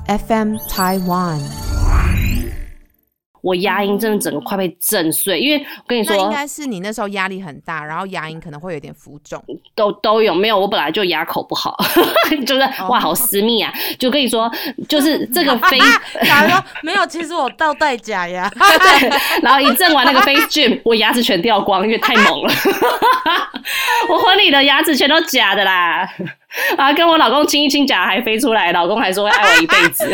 FM Taiwan。 我牙龈真的整个快被震碎，因为我跟你说， 那应该是你那时候压力很大，然后牙龈可能会有点浮肿， 都有没有？我本来就牙口不好，就是哇，好私密啊！就跟你说，就是这个face， 他说没有，其实我倒戴假牙， 对，然后一震完那个 face gym， 我牙齿全掉光，因为太猛了，我婚礼的牙齿全都假的啦。然后跟我老公亲一亲，假还飞出来，老公还说会爱我一辈子。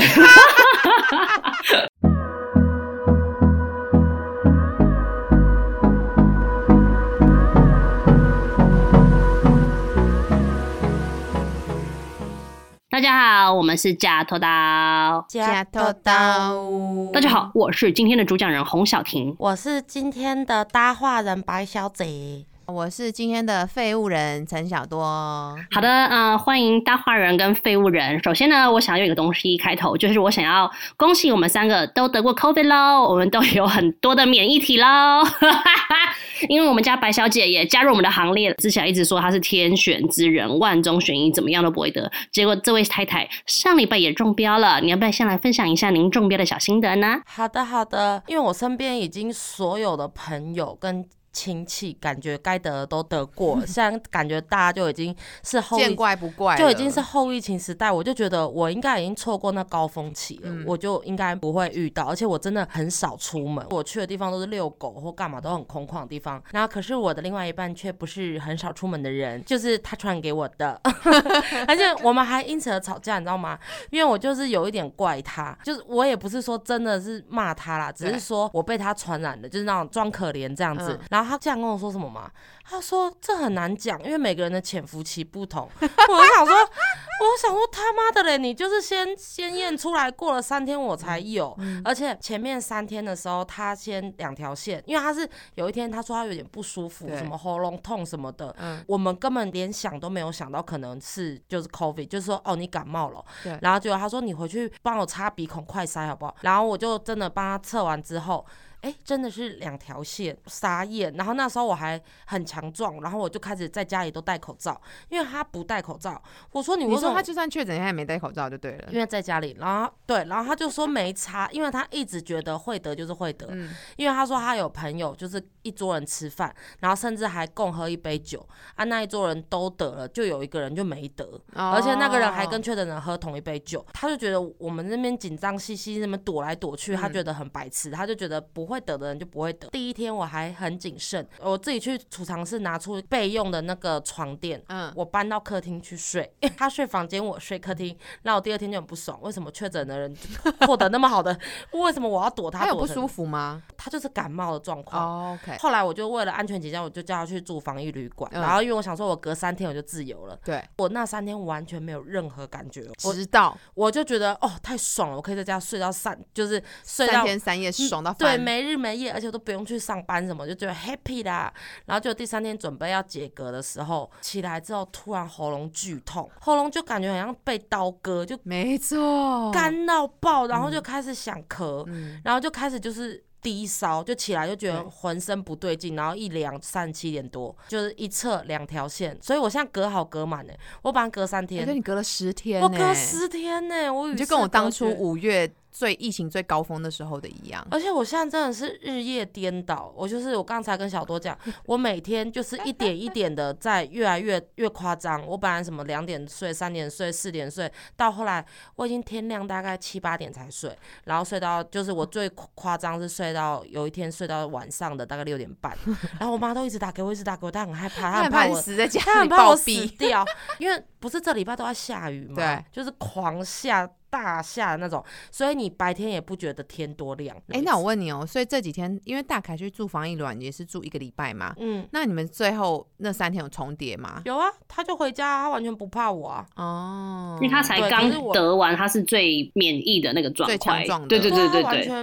大家好，我们是假头刀。 假头刀。 大家好，我是今天的主讲人洪小婷， 我是今天的搭话人白小姐， 我是今天的废物人陈小多。 好的，欢迎大话人跟废物人。首先呢，我想要有一个东西开头，就是我想要恭喜我们三个都得过 COVID 咯，我们都有很多的免疫体咯。因为我们家白小姐也加入我们的行列，之前一直说她是天选之人，万中选一，怎么样都不会得。结果这位太太上礼拜也中标了，你要不要先来分享一下您中标的小心得呢？ 好的，因为我身边已经所有的朋友跟亲戚感觉该得的都得过了，现在感觉大家就已经是见怪不怪了， 就已经是后疫情时代，我就觉得我应该已经错过那高峰期了，我就应该不会遇到，而且我真的很少出门，我去的地方都是遛狗或干嘛都很空旷的地方，然后可是我的另外一半却不是很少出门的人，就是他传给我的。而且我们还因此而吵架，你知道吗？因为我就是有一点怪他，就是我也不是说真的是骂他啦，只是说我被他传染的，就是那种装可怜这样子，然后他这样跟我说什么吗？他说这很难讲，因为每个人的潜伏期不同。我想说他妈的嘞，你就是先验出来，过了3天我才有，而且前面3天的时候他先2条线，因为他是有一天他说他有点不舒服，什么喉咙痛什么的，我们根本连想都没有想到可能是就是 COVID， 就是说哦你感冒了，然后结果他说你回去帮我插鼻孔快塞好不好？然后我就真的帮他测完之后。真的是2条线，傻眼。然后那时候我还很强壮，然后我就开始在家里都戴口罩，因为他不戴口罩。我说你为什么？ 你说他就算确诊，他也没戴口罩就对了。 因为在家里，然后他就说没差，因为他一直觉得会得就是会得，因为他说他有朋友就是一桌人吃饭，然后甚至还共喝一杯酒啊，那一桌人都得了，就有一个人就没得，而且那个人还跟确诊人喝同一杯酒，他就觉得我们那边紧张兮兮，那边躲来躲去，他觉得很白痴，他就觉得不会得的人就不会得。第一天我还很谨慎，我自己去储藏室拿出备用的那个床垫，我搬到客厅去睡，他睡房间，我睡客厅。然后我第2天就很不爽，为什么确诊的人获得那么好的，为什么我要躲他？ 他有不舒服吗？ 他就是感冒的状况。 OK。 后来我就为了安全起见，我就叫他去住防疫旅馆。然后因为我想说，我隔3天我就自由了。 对， 我那3天完全没有任何感觉， 直到我就觉得哦太爽了，我可以在家睡到就是睡到 3天3夜爽到翻。 对，没日没夜，而且都不用去上班什么，就觉得 happy 啦。然后就第3天准备要解隔的时候，起来之后突然喉咙剧痛，喉咙就感觉好像被刀割，就没错， 干到爆，然后就开始想咳，然后就开始就是低烧，就起来就觉得浑身不对劲，然后一量37点多，就是一测2条线，所以我现在隔好隔满我本来隔3天， 你隔了10天， 我隔10天你就跟我当初5月疫情最高峰的时候的一样， 而且我现在真的是日夜颠倒，我刚才跟小多讲，我每天就是一点一点的在越来越夸张，我本来什么2点睡、3点睡、4点睡，到后来我已经天亮大概7、8点才睡，然后睡到就是我最夸张是睡到有一天睡到晚上的大概6点半，然后我妈都一直打给我，她很害怕，她很怕我死在家里， 她很怕我死掉，因为不是这礼拜都在下雨嘛， 对， 就是狂下。大下的那种，所以你白天也不觉得天多亮。 那我问你所以这几天因为大凯去住防疫旅馆也是住1个礼拜嘛，那你们最后那3天有重叠吗？ 有啊，他就回家，他完全不怕我啊。 因为他才刚得完，他是最免疫的那个状态， 最强壮的， 对，完全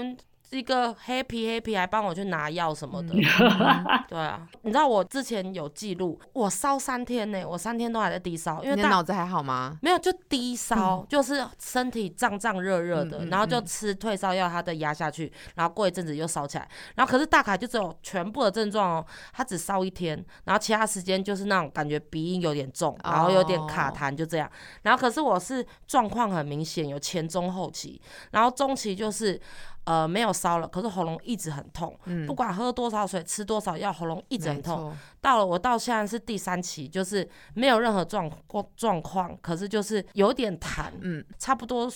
一个 happy 还帮我去拿药什么的。对啊，你知道我之前有记录，我烧3天呢，我3天都还在低烧，因为你的脑子还好吗？ 没有，就低烧，就是身体胀胀热热的，然后就吃退烧药，它的压下去，然后过一阵子又烧起来，然后可是大凯就只有全部的症状哦，他只烧1天，然后其他时间就是那种感觉鼻音有点重，然后有点卡痰，就这样。然后可是我是状况很明显，有前中后期，然后中期就是没有烧了，可是喉咙一直很痛，不管喝多少水吃多少药，喉咙一直很痛。我到现在是第3期，就是没有任何状况，可是就是有点痰，差不多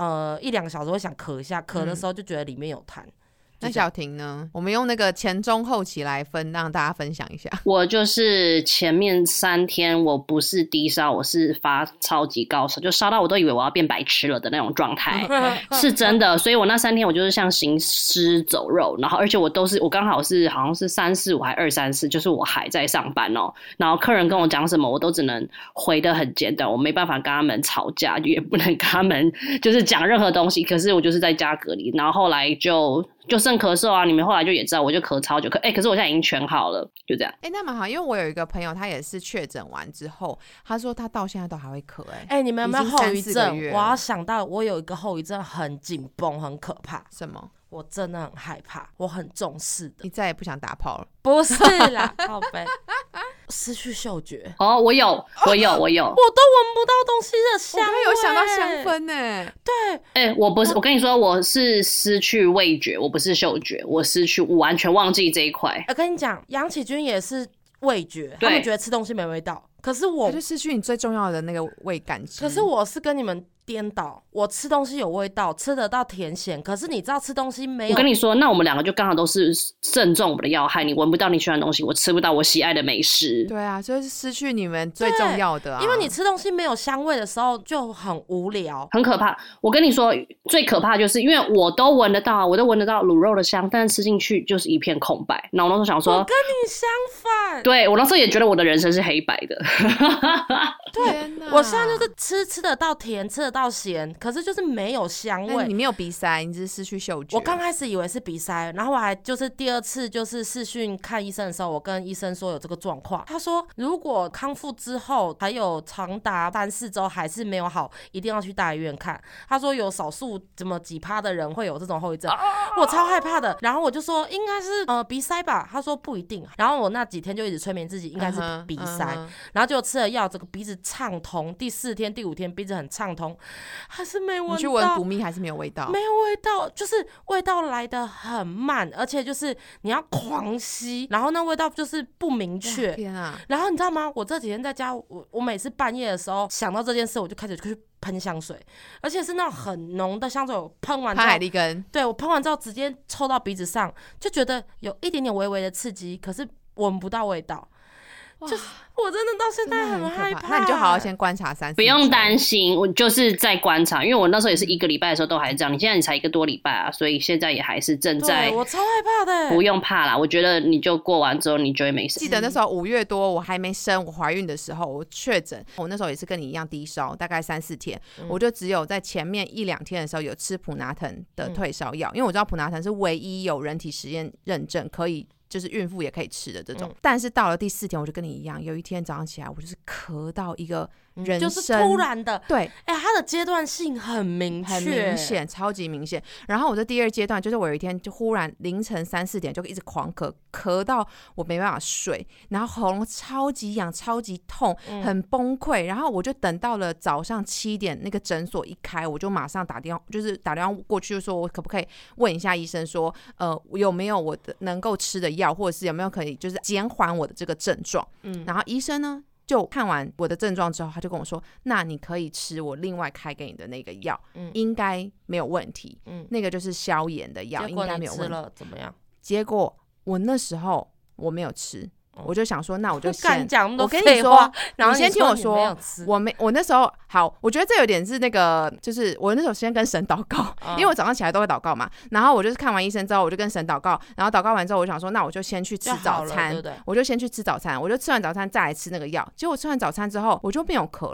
1-2个小时会想咳一下，咳的时候就觉得里面有痰。 那小婷呢？我们用那个前中后期来分，让大家分享一下。 我就是前面3天我不是低烧，我是发超级高烧，就烧到我都以为我要变白痴了的那种状态，是真的。所以我那3天我就是像行尸走肉，然后而且我刚好是好像是3、4、5还2、3、4，就是我还在上班哦。然后客人跟我讲什么，我都只能回得很简短，我没办法跟他们吵架，也不能跟他们就是讲任何东西。可是我就是在家隔离，然后后来就剩咳嗽啊，你们后来就也知道，我就咳超久，可是我现在已经全好了，就这样。 那蛮好，因为我有一个朋友，他也是确诊完之后，他说他到现在都还会咳。 你们有没有后遗症？我要想到我有一个后遗症很紧绷，很可怕。 什么？ 我真的很害怕，我很重视的。 你再也不想打炮了？ 不是啦，靠北。失去嗅觉。 我有，我都闻不到东西的香味。 我有想到香氛呢。 对， 我不是，我跟你说，我是失去味觉，我不是嗅觉，我完全忘记这一块。 我跟你讲，杨启军也是味觉，他们觉得吃东西没味道，可是我就失去你最重要的那个味感知。 可是我是跟你们颠倒，我吃东西有味道，吃得到甜咸，可是你知道吃东西没有。 我跟你说，那我们2个就刚好都是正中我的要害，你闻不到你喜欢的东西，我吃不到我喜爱的美食。 对啊，所以是失去你们最重要的啊。 因为你吃东西没有香味的时候就很无聊， 很可怕。我跟你说，最可怕就是因为我都闻得到啊，我都闻得到卤肉的香，但是吃进去就是一片空白。然后我那时候想说， 我跟你相反。 对，我那时候也觉得我的人生是黑白的。 对，我现在就是吃得到甜，吃得到咸，可是就是没有香味。 你没有鼻塞，你只是失去嗅觉。 我刚开始以为是鼻塞，然后我还就是第2次就是视讯看医生的时候，我跟医生说有这个状况，他说如果康复之后还有长达3、4周还是没有好，一定要去大医院看。他说有少数怎么几%的人会有这种后遗症，我超害怕的。然后我就说应该是鼻塞吧，他说不一定。然后我那几天就一直催眠自己应该是鼻塞，然后就吃了药，这个鼻子畅通。第4天、第5天鼻子很畅通，还是没闻到。 你去闻毒蜜还是没有味道？ 没有味道，就是味道来得很慢，而且就是你要狂吸，然后那味道就是不明确。 天啊！ 然后你知道吗？我这几天在家，我每次半夜的时候想到这件事，我就开始去喷香水，而且是那种很浓的香水。我喷完之后， 海利根， 对，我喷完之后直接抽到鼻子上，就觉得有一点点微微的刺激，可是闻不到味道。就是我真的到现在很害怕。 那你就好好先观察3、4周。 不用担心，我就是在观察，因为我那时候也是1个礼拜的时候都还是这样。你现在才1个多礼拜啊，所以现在也还是正在。 我超害怕的。 不用怕啦，我觉得你就过完之后你就会没事。 记得那时候5月多，我还没生，我怀孕的时候我确诊，我那时候也是跟你一样低烧，大概3、4天，我就只有在前面1、2天的时候有吃普拿疼的退烧药，因为我知道普拿疼是唯一有人体实验认证可以。就是孕妇也可以吃的这种，但是到了第4天，我就跟你一样，有一天早上起来，我就是咳到一个人生， 就是突然的， 对， 它的阶段性很明确， 很明显，超级明显。然后我的第2阶段，就是我有一天就忽然凌晨3、4点就一直狂咳，咳到我没办法睡，然后喉咙超级痒、超级痛，很崩溃。然后我就等到了早上7点，那个诊所一开，我就马上打电话过去，就说我可不可以问一下医生说，有没有我的能够吃的药，或者是有没有可以就是减缓我的这个症状。然后医生呢就看完我的症状之后，他就跟我说，那你可以吃我另外开给你的那个药，应该没有问题。那个就是消炎的药，应该没有问题。 结果你吃了怎么样？ 结果我那时候我没有吃。我就想说，那我就先， 我跟你说， 你先听我说，我那时候好，我觉得这有点是那个，就是我那时候先跟神祷告，因为我早上起来都会祷告嘛，然后我就是看完医生之后，我就跟神祷告，然后祷告完之后，我想说，那我就先去吃早餐，我就先去吃早餐，我就吃完早餐再来吃那个药，结果吃完早餐之后，我就没有咳了。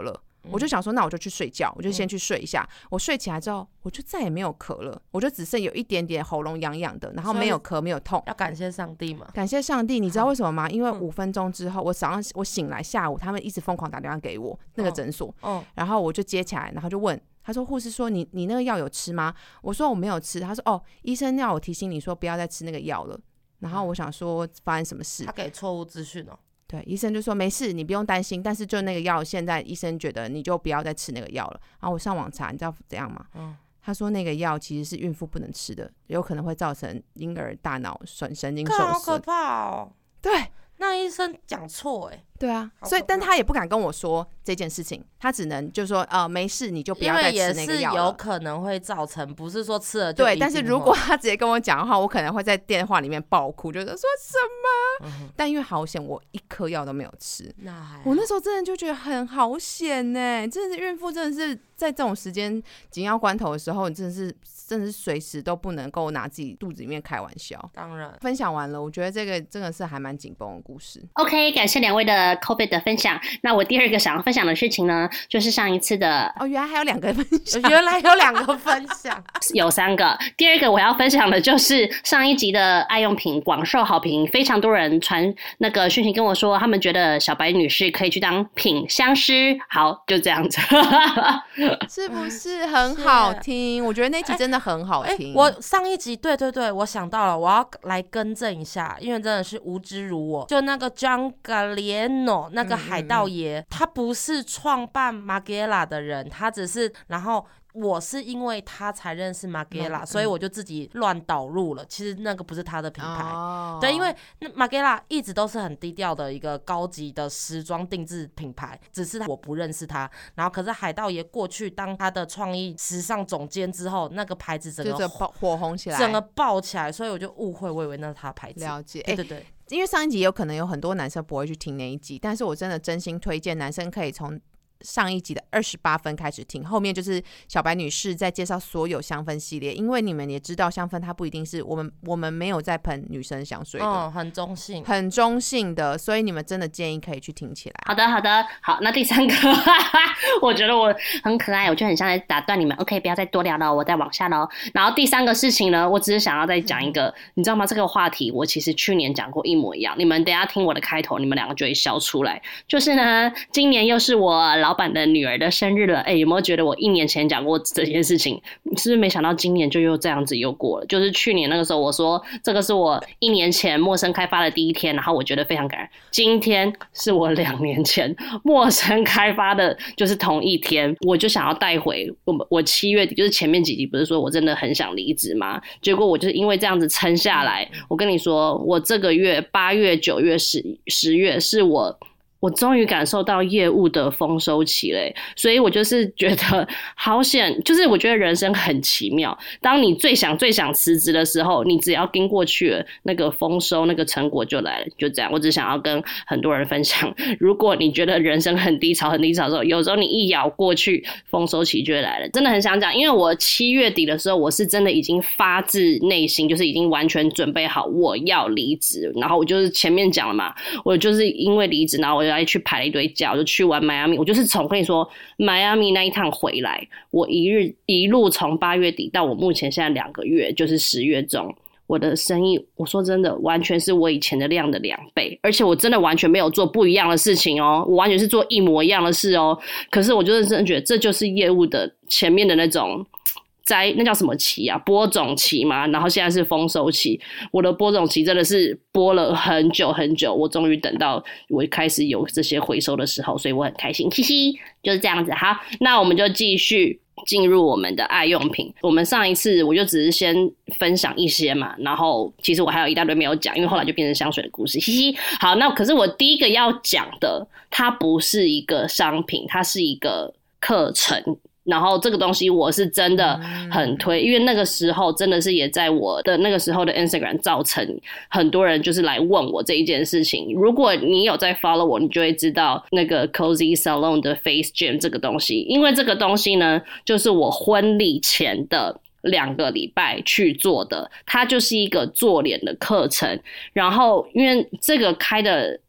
我就想说那我就去睡觉，我就先去睡一下。我睡起来之后我就再也没有咳了，我就只剩有一点点喉咙痒痒的，然后没有咳没有痛。 要感谢上帝嘛， 感谢上帝。你知道为什么吗？因为5分钟之后，我早上我醒来，下午他们一直疯狂打电话给我那个诊所，然后我就接起来，然后就问他说护士说你那个药有吃吗？我说我没有吃。他说哦，医生要我提醒你说不要再吃那个药了。然后我想说发生什么事？ 他给错误资讯哦。 对，医生就说没事，你不用担心，但是就那个药，现在医生觉得你就不要再吃那个药了。然后我上网查，你知道怎样吗？他说那个药其实是孕妇不能吃的，有可能会造成婴儿大脑神经受损。 好可怕哦！ 对， 那医生讲错哎。 对啊，所以但他也不敢跟我说这件事情，他只能就说没事，你就不要再吃那个药了。 因为也是有可能会造成，不是说吃了就对。但是如果他直接跟我讲的话，我可能会在电话里面爆哭，就是说什么？但因为好险，我一颗药都没有吃。我那时候真的就觉得很好险呢，真的是孕妇真的是在这种时间紧要关头的时候，你真的是随时都不能够拿自己肚子里面开玩笑。 当然， 分享完了，我觉得这个真的是还蛮紧绷的故事。 OK， 感谢两位的COVID 的分享。那我第二个想要分享的事情呢，就是上一次的原来还有2个分享， 原来有2个分享， 有3个。第二个我要分享的就是上一集的爱用品广受好评，非常多人传那个讯息跟我说，他们觉得小白女士可以去当品香师。好，就这样子， 是不是很好听？我觉得那集真的很好听。 我上一集对，我想到了，我要来更正一下，因为真的是无知如我。就那个 John Galliano 那个海盗爷，他不是创办 Margiela 的人，他只是然后。我是因为他才认识 Margiela，所以我就自己乱导入了。其实那个不是他的品牌，对，因为 Margiela 一直都是很低调的一个高级的时装定制品牌，只是我不认识他。然后可是海盗爷过去当他的创意时尚总监之后，那个牌子整个火红起来， 整个爆起来，所以我就误会，我以为那是他的牌子。 了解， 对。 因为上一集有可能有很多男生不会去听那一集，但是我真的真心推荐男生可以从上一集的28分开始听，后面就是小白女士在介绍所有香氛系列，因为你们也知道香氛它不一定是我们没有在喷女生香水的， 很中性的，所以你们真的建议可以去听起来。 好的，好，那第3个我觉得我很可爱，我就很像在打断你们 OK 不要再多聊了，我再往下咯。然后第3个事情呢，我只是想要再讲一个，你知道吗？这个话题我其实去年讲过一模一样，你们等一下听我的开头，你们2个就会笑出来。就是呢，今年又是我老板的女儿的生日了，有没有觉得我1年前讲过这件事情，是不是没想到今年就又这样子又过了？就是去年那个时候我说这个是我1年前陌生开发的第1天，然后我觉得非常感人。今天是我2年前陌生开发的，就是同一天，我就想要带回我7月底，就是前面几集不是说我真的很想离职吗？结果我就是因为这样子撑下来，我跟你说，我这个月8月、9月、10月是我终于感受到业务的丰收期嘞，所以我就是觉得好险，就是我觉得人生很奇妙。当你最想辞职的时候，你只要跟过去了，那个丰收，那个成果就来了，就这样。我只想要跟很多人分享，如果你觉得人生很低潮的时候，有时候你一咬过去，丰收期就来了。真的很想讲，因为我7月底的时候，我是真的已经发自内心，就是已经完全准备好我要离职，然后我就是前面讲了嘛，我就是因为离职，然后我就去排了一堆假，我就去玩迈阿密。我就是从跟你说迈阿密那一趟回来，我一路从8月底到我目前现在2个月，就是10月中，我的生意，我说真的，完全是我以前的量的2倍，而且我真的完全没有做不一样的事情哦，我完全是做一模一样的事哦。可是我就是真的觉得这就是业务的前面的那种。那叫什么期啊？播种期嘛，然后现在是丰收期。我的播种期真的是播了很久很久，我终于等到我开始有这些回收的时候，所以我很开心，嘻嘻，就是这样子。好，那我们就继续进入我们的爱用品。我们上一次我就只是先分享一些嘛，然后其实我还有一大堆没有讲，因为后来就变成香水的故事，嘻嘻。好，那可是我第一个要讲的，它不是一个商品，它是一个课程。然后这个东西我是真的很推，因为那个时候真的是也在我的那个时候的 Instagram 造成很多人就是来问我这一件事情。如果你有在 follow 我，你就会知道那个 Cozy Salon 的 Face Gym 这个东西，因为这个东西呢，就是我婚礼前的2个礼拜去做的，它就是一个做脸的课程。然后因为这个开的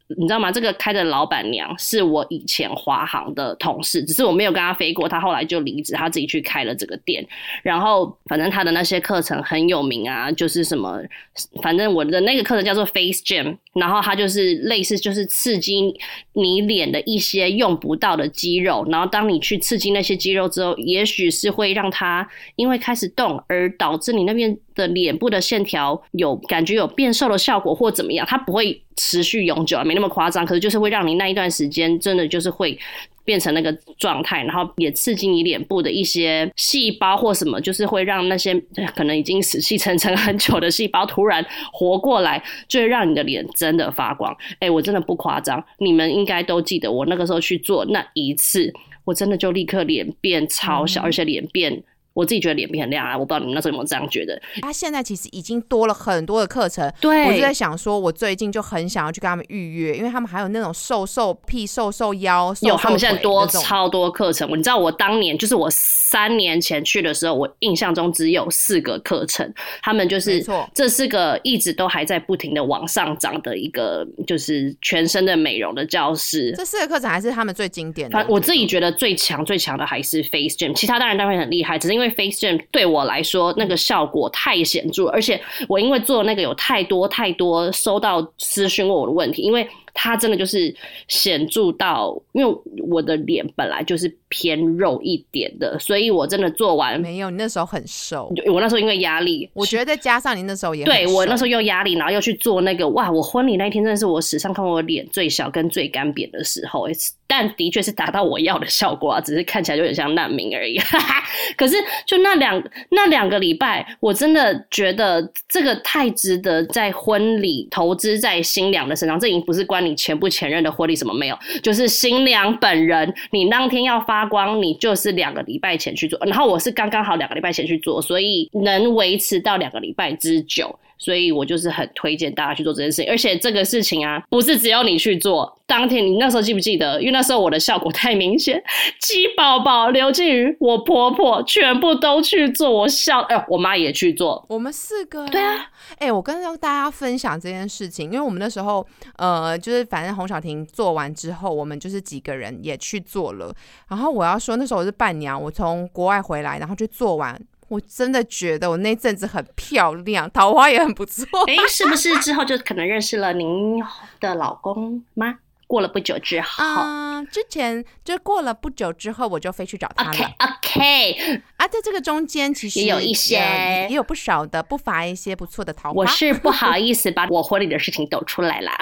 你知道吗？这个开的老板娘是我以前华航的同事，只是我没有跟她飞过，她后来就离职，她自己去开了这个店。然后反正她的那些课程很有名啊，就是什么，反正我的那个课程叫做 Face Gym， 然后它就是类似就是刺激你脸的一些用不到的肌肉，然后当你去刺激那些肌肉之后，也许是会让它因为开始动而导致你那边的脸部的线条有感觉有变瘦的效果或怎么样，它不会持续永久啊，没那么夸张，可是就是会让你那一段时间真的就是会变成那个状态，然后也刺激你脸部的一些细胞或什么，就是会让那些可能已经死气沉沉很久的细胞突然活过来，就会让你的脸真的发光。我真的不夸张，你们应该都记得我那个时候去做那一次，我真的就立刻脸变超小，而且脸变，我自己觉得脸变很亮啊，我不知道你们那时候有没有这样觉得。 他现在其实已经多了很多的课程， 对， 我就在想说，我最近就很想要去跟他们预约，因为他们还有那种瘦瘦屁、瘦瘦腰、瘦瘦腿， 有他们现在多超多课程。你知道我当年就是我3年前去的时候，我印象中只有4个课程，他们就是这4个一直都还在不停的往上涨的一个就是全身的美容的教室。 这4个课程还是他们最经典的。 我自己觉得最强的还是 Face Gym， 其他当然会很厉害，只是因为Face Gym 对我来说那个效果太显著了，而且我因为做那个有太多收到私讯问我的问题，因为它真的就是显著到，因为我的脸本来就是偏肉一点的，所以我真的做完没有，你那时候很瘦， 我那时候因为压力， 我觉得再加上你那时候也很瘦， 对，我那时候又压力，然后又去做那个，哇，我婚礼那一天真的是我史上看过我脸最小跟最干瘪的时候，但的确是达到我要的效果啊，只是看起来就有点像难民而已。可是就那两个礼拜，我真的觉得这个太值得在婚礼投资在新娘的身上，这已经不是关你前不前任的婚礼什么没有，就是新娘本人，你当天要发光，你就是2个礼拜前去做，然后我是刚刚好2个礼拜前去做，所以能维持到2个礼拜之久。所以我就是很推荐大家去做这件事情，而且这个事情啊，不是只有你去做。当天你那时候记不记得？因为那时候我的效果太明显，鸡宝宝、刘静瑜、我婆婆全部都去做，我妈也去做， 我们4个。 对啊， 我跟大家分享这件事情，因为我们那时候就是反正洪小婷做完之后，我们就是几个人也去做了。然后我要说，那时候我是伴娘，我从国外回来，然后就做完。我真的觉得我那阵子很漂亮，桃花也很不错。 是不是之后就可能认识了您的老公吗？过了不久之后， 之前就过了不久之后，我就飞去找他了。 OK 啊，在这个中间其实也有一些， 也有不少的，不乏一些不错的桃花。 我是不好意思把我婚礼的事情抖出来啦。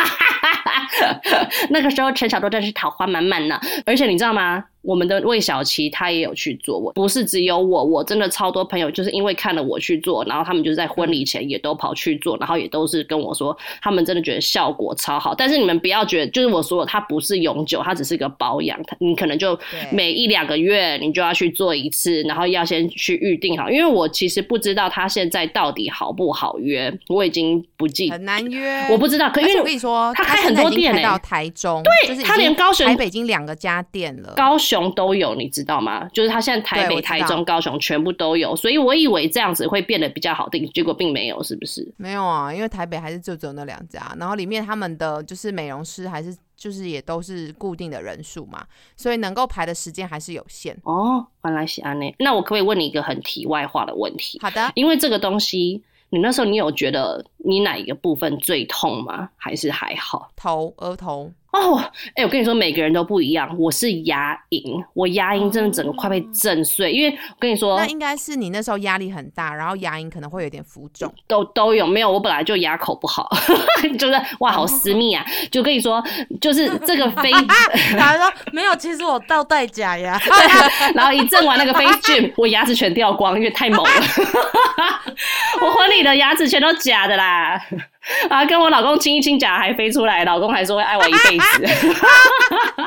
那个时候陈小多真是桃花满满呢，而且你知道吗？我们的魏小琪他也有去做，我不是只有我真的超多朋友就是因为看了我去做，然后他们就是在婚礼前也都跑去做，然后也都是跟我说他们真的觉得效果超好。但是你们不要觉得就是我说它不是永久，它只是个保养，你可能就每1-2个月你就要去做一次，然后要先去预定好。因为我其实不知道他现在到底好不好约，我已经不记得， 很难约， 我不知道。可是我跟你说他开很多店开到台中， 对， 就是他连高雄台北已经2个家店了， 高雄都有，你知道吗？就是他现在台北、台中、高雄全部都有，所以我以为这样子会变得比较好订，结果并没有，是不是？ 没有啊，因为台北还是只有那2家，然后里面他们的就是美容师还是就是也都是固定的人数嘛，所以能够排的时间还是有限。 哦，原来是这样。那我可不可以问你一个很题外话的问题？ 好的。 因为这个东西，你那时候你有觉得你哪一个部分最痛吗？还是还好？ 额头。 我跟你说，每个人都不一样。我是牙龈，我牙龈真的整个快被震碎，因为我跟你说， 那应该是你那时候压力很大，然后牙龈可能会有点浮肿， 都有。没有，我本来就牙口不好，就是哇，好私密啊！就跟你说，就是这个他说没有，其实我倒戴假牙， 然后一震完那个 Face Gym， 我牙齿全掉光，因为太猛了。我婚礼的牙齿全都假的啦。跟我老公亲一亲，假还飞出来，老公还说会爱我一辈子。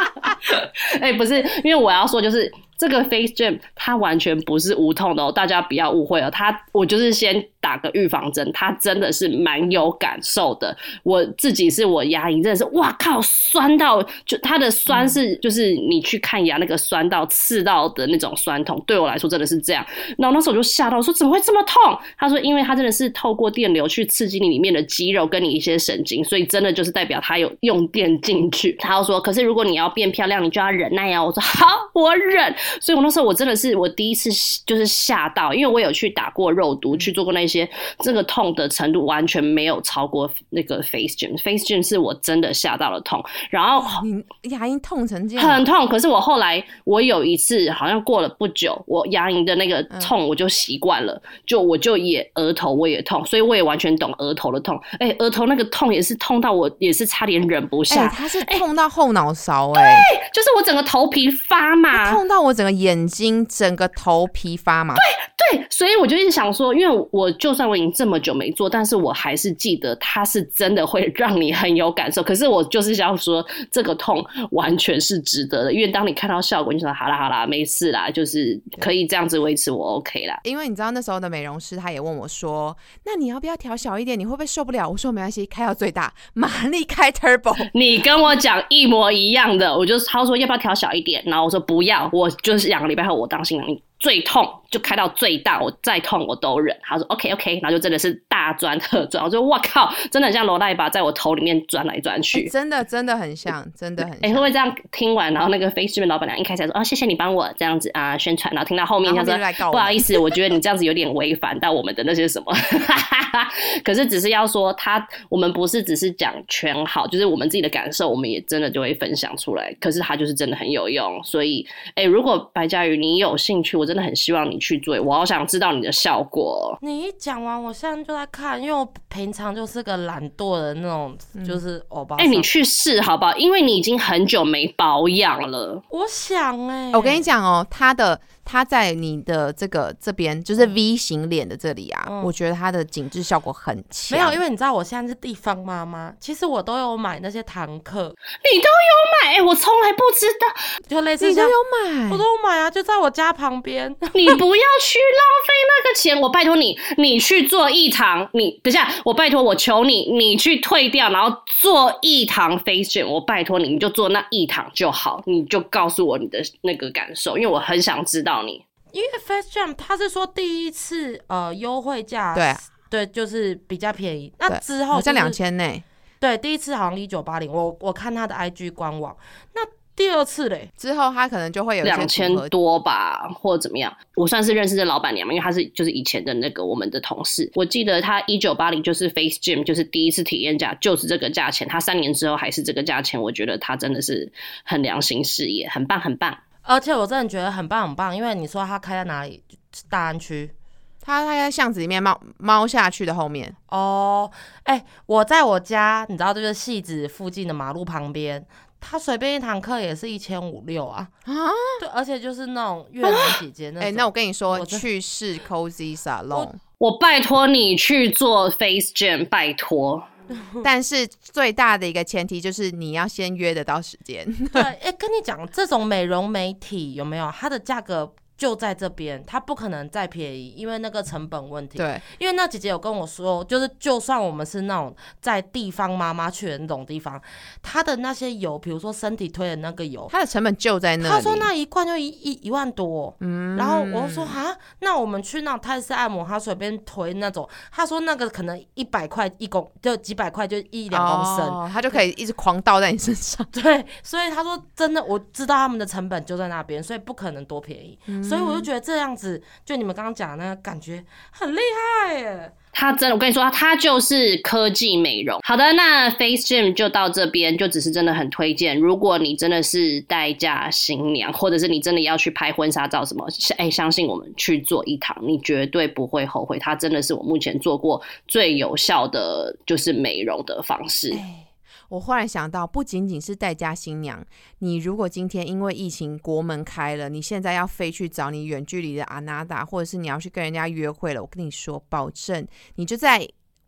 不是，因为我要说就是这个 Face Gym 它完全不是无痛的大家不要误会我就是先打个预防针，它真的是蛮有感受的。我自己是我牙龈真的是哇靠酸到，就它的酸是就是你去看牙那个酸到刺到的那种酸痛，对我来说真的是这样。然后那时候我就吓到，我说怎么会这么痛？他说因为它真的是透过电流去刺激你里面的肌肉跟你一些神经，所以真的就是代表它有用电进去。他又说可是如果你要变漂亮你就要忍耐啊。我说好我忍。所以我那时候我真的是我第一次就是吓到，因为我有去打过肉毒，去做过那些，这个痛的程度完全没有超过那个 Face Gym。Face Gym 是我真的吓到了痛，然后你牙龈痛成这样， 很痛。可是我后来我有一次好像过了不久，我牙龈的那个痛我就习惯了，我就也额头我也痛，所以我也完全懂额头的痛。额头那个痛也是痛到我也是差点忍不下。 它是痛到后脑勺对，就是我整个头皮发麻， 痛到我整个眼睛整个头皮发麻。 对，所以我就一直想说，因为我就算我已经这么久没做，但是我还是记得它是真的会让你很有感受。可是我就是想说，这个痛完全是值得的，因为当你看到效果，你就说好啦好啦，没事啦，就是可以这样子维持，我 OK 啦。 因为你知道那时候的美容师他也问我说，那你要不要调小一点？你会不会受不了？我说没关系，开到最大，马力开 Turbo。 你跟我讲一模一样的，他说要不要调小一点，然后我说不要，我就是2个礼拜后我当新娘，最痛就开到最大，我再痛我都忍。他说 OK， 然后就真的是大钻特钻。我说哇靠，真的很像罗赖把在我头里面转来转去， 真的很像，真的很像。 会不会这样听完，然后那个 Face Gym 老板娘一开始说谢谢你帮我这样子宣传，然后听到后面他说不好意思，我觉得你这样子有点违反到我们的那些什么。可是只是要说我们不是只是讲全好，就是我们自己的感受，我们也真的就会分享出来。可是它就是真的很有用，所以如果白嘉瑜你有兴趣，我真的很希望你去做，我好想知道你的效果。 你一讲完，我现在就在看，因为我平常就是个懒惰的那种，就是欧巴桑。 你去试好不好？因为你已经很久没保养了。 我想我跟你讲哦，它在你的这边就是 V 型脸的这里啊，我觉得它的紧致效果很强。 没有，因为你知道我现在是地方妈妈，其实我都有买那些堂课。 你都有买？我从来不知道。 就类似你都有买？ 我都有买啊，就在我家旁边。 你不要去浪费那个钱，我拜托你，你去做一堂。你等一下，我拜托我求你，你去退掉，然后做一堂 Face Gym。我拜托你，你就做那一堂就好，你就告诉我你的那个感受，因为我很想知道你。 因为 Face Gym 他是说第一次优惠价，对，就是比较便宜。那之后、就是、 好像2000呢。 对，第一次好像1980，我看他的 IG 官网。那第二次嘞， 之后他可能就会有 2000多吧，或者怎么样。我算是认识这老板娘嘛，因为她是就是以前的那个我们的同事。我记得她1980就是 Face Gym 就是第一次体验价就是这个价钱，她3年之后还是这个价钱，我觉得她真的是很良心事业，很棒很棒。 而且我真的觉得很棒很棒，因为你说他开在哪里？大安区。 他在巷子里面猫下去的后面哦。我在我家，你知道就是汐止附近的马路旁边，他随便一堂课也是1500-1600啊。对，而且就是那种越南姐姐那种。 那我跟你说，去试 Cozy Salon， 我拜托你去做 Face Gym， 拜托。 但是最大的一个前提就是你要先约得到时间。 对，跟你讲，这种美容美体有没有它的价格就在这边，它不可能再便宜，因为那个成本问题。 对， 因为那姐姐有跟我说，就是就算我们是那种在地方妈妈去的那种地方，她的那些油，比如说身体推的那个油， 它的成本就在那里。 她说那一罐就1万多。然后我就说啊，那我们去那种泰式按摩，她随便推那种，她说那个可能100块就几百块就1-2公升， 她就可以一直狂倒在你身上。 对，所以她说真的，我知道他们的成本就在那边，所以不可能多便宜。所以我就觉得这样子，就你们刚刚讲的那个感觉很厉害耶。 他真的，我跟你说，他就是科技美容。好的，那 Face Gym 就到这边，就只是真的很推荐。如果你真的是待嫁新娘，或者是你真的要去拍婚纱照什么，相信我们去做一堂，你绝对不会后悔。它真的是我目前做过最有效的，就是美容的方式。 我忽然想到，不仅仅是待嫁新娘，你如果今天因为疫情国门开了，你现在要飞去找你远距离的阿娜达，或者是你要去跟人家约会了，我跟你说，保证你就在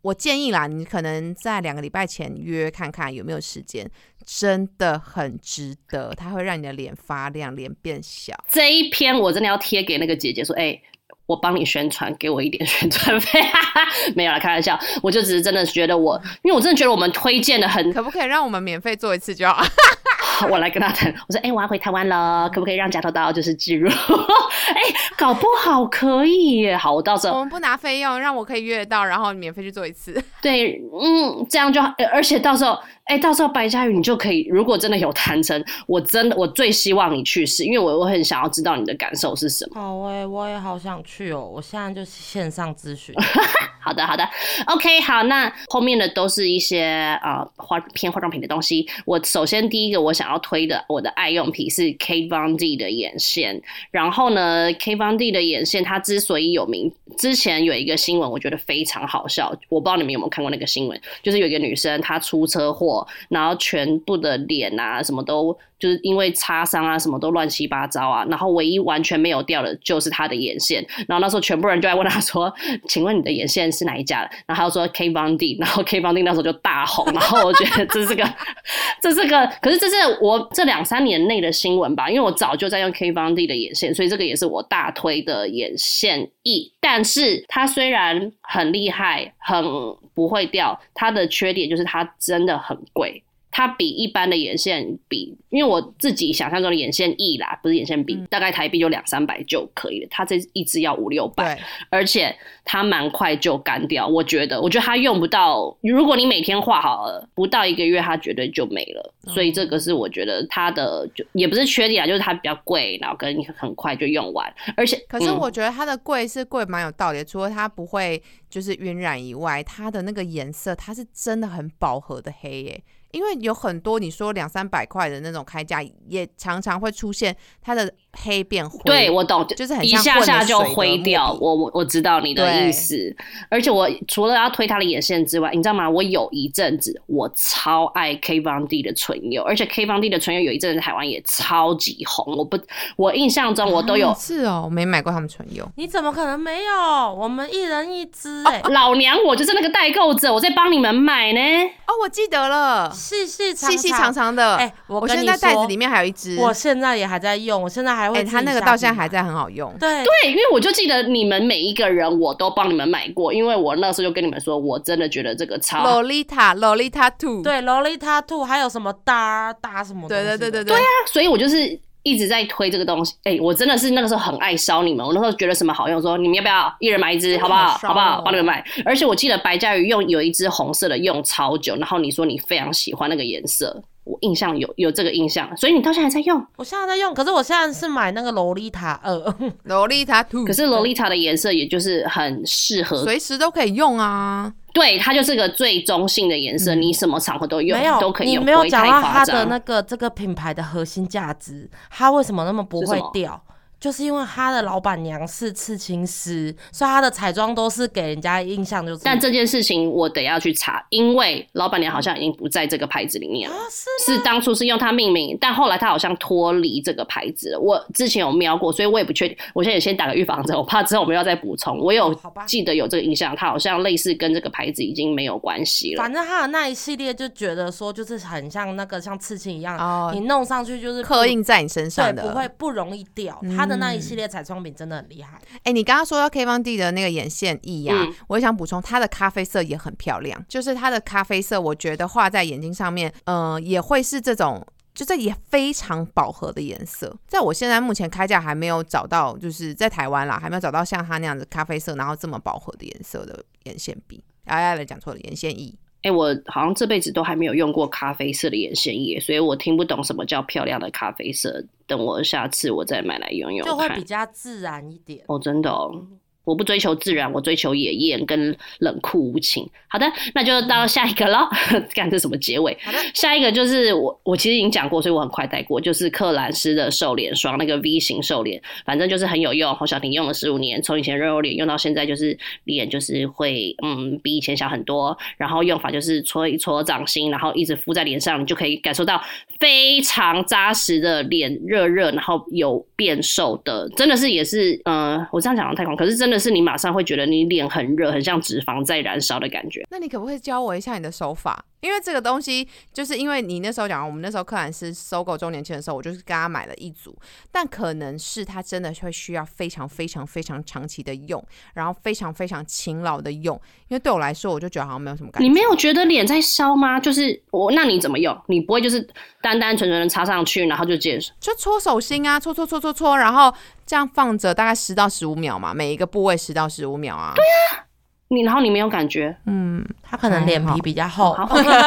我建议啦，你可能在2个礼拜前约看看有没有时间，真的很值得，它会让你的脸发亮，脸变小。 这一篇我真的要贴给那个姐姐说，我帮你宣传，给我一点宣传费。没有啦，开玩笑，我就只是真的觉得因为我真的觉得我们推荐的很， 可不可以让我们免费做一次就好？ 我来跟他谈，我说我要回台湾了，可不可以让假头刀就是置入？搞不好可以耶。好，我到时候我们不拿费用，让我可以约得到，然后免费去做一次。 对，这样就好。而且到时候白嘉宇你就可以，如果真的有谈成，我最希望你去试，因为我很想要知道你的感受是什么。 好我也好想去哦，我现在就线上咨询。 好的 OK 好，那后面的都是一些偏化妆品的东西。我首先第一个我想要推的我的爱用品是 Kat Von D 的眼线。然后呢 Kat Von D 的眼线它之所以有名，之前有一个新闻我觉得非常好笑，我不知道你们有没有看过那个新闻，就是有一个女生她出车祸，然后全部的脸啊什么都就是因为擦伤啊什么都乱七八糟啊，然后唯一完全没有掉的就是她的眼线。然后那时候全部人就在问她说，请问你的眼线是哪一家的？然后她就说 Kat Von D， 然后 Kat Von D 那时候就大红。然后我觉得这是个可是这是我这2-3年内的新闻吧，因为我早就在用 Kat Von D 的眼线，所以这个也是我大推的眼线液。但是它虽然很厉害很不会掉，它的缺点就是它真的很贵，它比一般的眼线笔，因为我自己想象中的眼线液啦，不是眼线笔，大概台币就200-300就可以了，它这一支要500-600，而且它蛮快就干掉。我觉得它用不到，如果你每天画好了，不到1个月它绝对就没了。所以这个是我觉得它的也不是缺点啊，就是它比较贵，然后跟很快就用完。而且可是我觉得它的贵是贵蛮有道理的，除了它不会就是晕染以外，它的那个颜色它是真的很饱和的黑耶。因为有很多你说200-300块的那种开价，也常常会出现它的黑变灰。 对，我懂， 就是很像一下就灰掉。我知道你的意思。而且我除了要推它的眼线之外，你知道吗？我有一阵子我超爱 Kat Von D 的唇釉，而且 Kat Von D 的唇釉有一阵子台湾也超级红。我印象中我都有。 是哦，我没买过他们唇釉。 你怎么可能没有？我们一人一支老娘我就是那个代购者，我在帮你们买呢。 我记得了。细长长的，我现在袋子里面还有一支， 我现在也还在用，我现在还会它那个到现在还在很好用。 对， 因为我就记得你们每一个人我都帮你们买过，因为我那时候就跟你们说，我真的觉得这个超 Lolita 2， 对 Lolita 2， 还有什么大什么东西， 对啊，所以我就是一直在推这个东西。我真的是那个时候很爱烧你们，我那时候觉得什么好用，说你们要不要一人买一支，好不好？帮你们买。而且我记得白嘉瑜有一支红色的用超久，然后你说你非常喜欢那个颜色，我印象有这个印象，所以你到现在还在用？ 我现在在用，可是我现在是买那个 Lolita 2，Lolita 2。 可是 Lolita 的颜色也就是很适合， 随时都可以用啊。 对，它就是个最中性的颜色，你什么场合都用，都可以用。 你没有讲到它的这个品牌的核心价值，它为什么那么不会掉？就是因为他的老板娘是刺青师，所以他的彩妆都是给人家印象就是。 但这件事情我得要去查，因为老板娘好像已经不在这个牌子里面了。是当初是用它命名，但后来他好像脱离这个牌子了。我之前有瞄过，所以我也不确定。我现在也先打个预防针，我怕之后我们要再补充。我有记得有这个印象，它好像类似跟这个牌子已经没有关系了。 反正他的那一系列就觉得说，就是很像那个像刺青一样，你弄上去就是刻印在你身上的， 对，不容易掉。他的那一系列彩妆品真的很厉害。 你刚刚说到 Kat Von D 的那个眼线液啊，我也想补充，它的咖啡色也很漂亮，就是它的咖啡色，我觉得画在眼睛上面，也会是这种。就是也非常饱和的颜色，在我现在目前开价还没有找到，就是在台湾啦，还没有找到像它那样子咖啡色，然后这么饱和的颜色的眼线笔。讲错了，眼线液。 我好像这辈子都还没有用过咖啡色的眼线液，所以我听不懂什么叫漂亮的咖啡色。等我下次我再买来用用看， 就会比较自然一点。 真的我不追求自然，我追求野艳跟冷酷无情。好的，那就到下一个咯。看这什么结尾？ 好的， 下一个就是我其实已经讲过，所以我很快带过，就是克兰诗的瘦脸霜，那个 V 型瘦脸，反正就是很有用。侯小婷用了15年，从以前肉脸用到现在，就是脸就是会比以前小很多。然后用法就是搓一搓掌心，然后一直敷在脸上，你就可以感受到非常扎实的脸热，然后有变瘦的，真的是也是我这样讲的太狂，可是真的的是你马上会觉得你脸很热，很像脂肪在燃烧的感觉。 那你可不可以教我一下你的手法？因为这个东西，就是因为你那时候讲，我们那时候克兰斯收购周年庆的时候，我就是跟他买了一组，但可能是他真的会需要非常非常非常长期的用，然后非常非常勤劳的用。因为对我来说，我就觉得好像没有什么感觉。 你没有觉得脸在烧吗？就是那你怎么用？你不会就是单单纯纯的插上去，然后就结束？ 就搓手心啊，搓，然后这样放着大概10到15秒嘛，每一个部位10到15秒啊。 对啊。然后你没有感觉？ 他可能脸皮比较厚。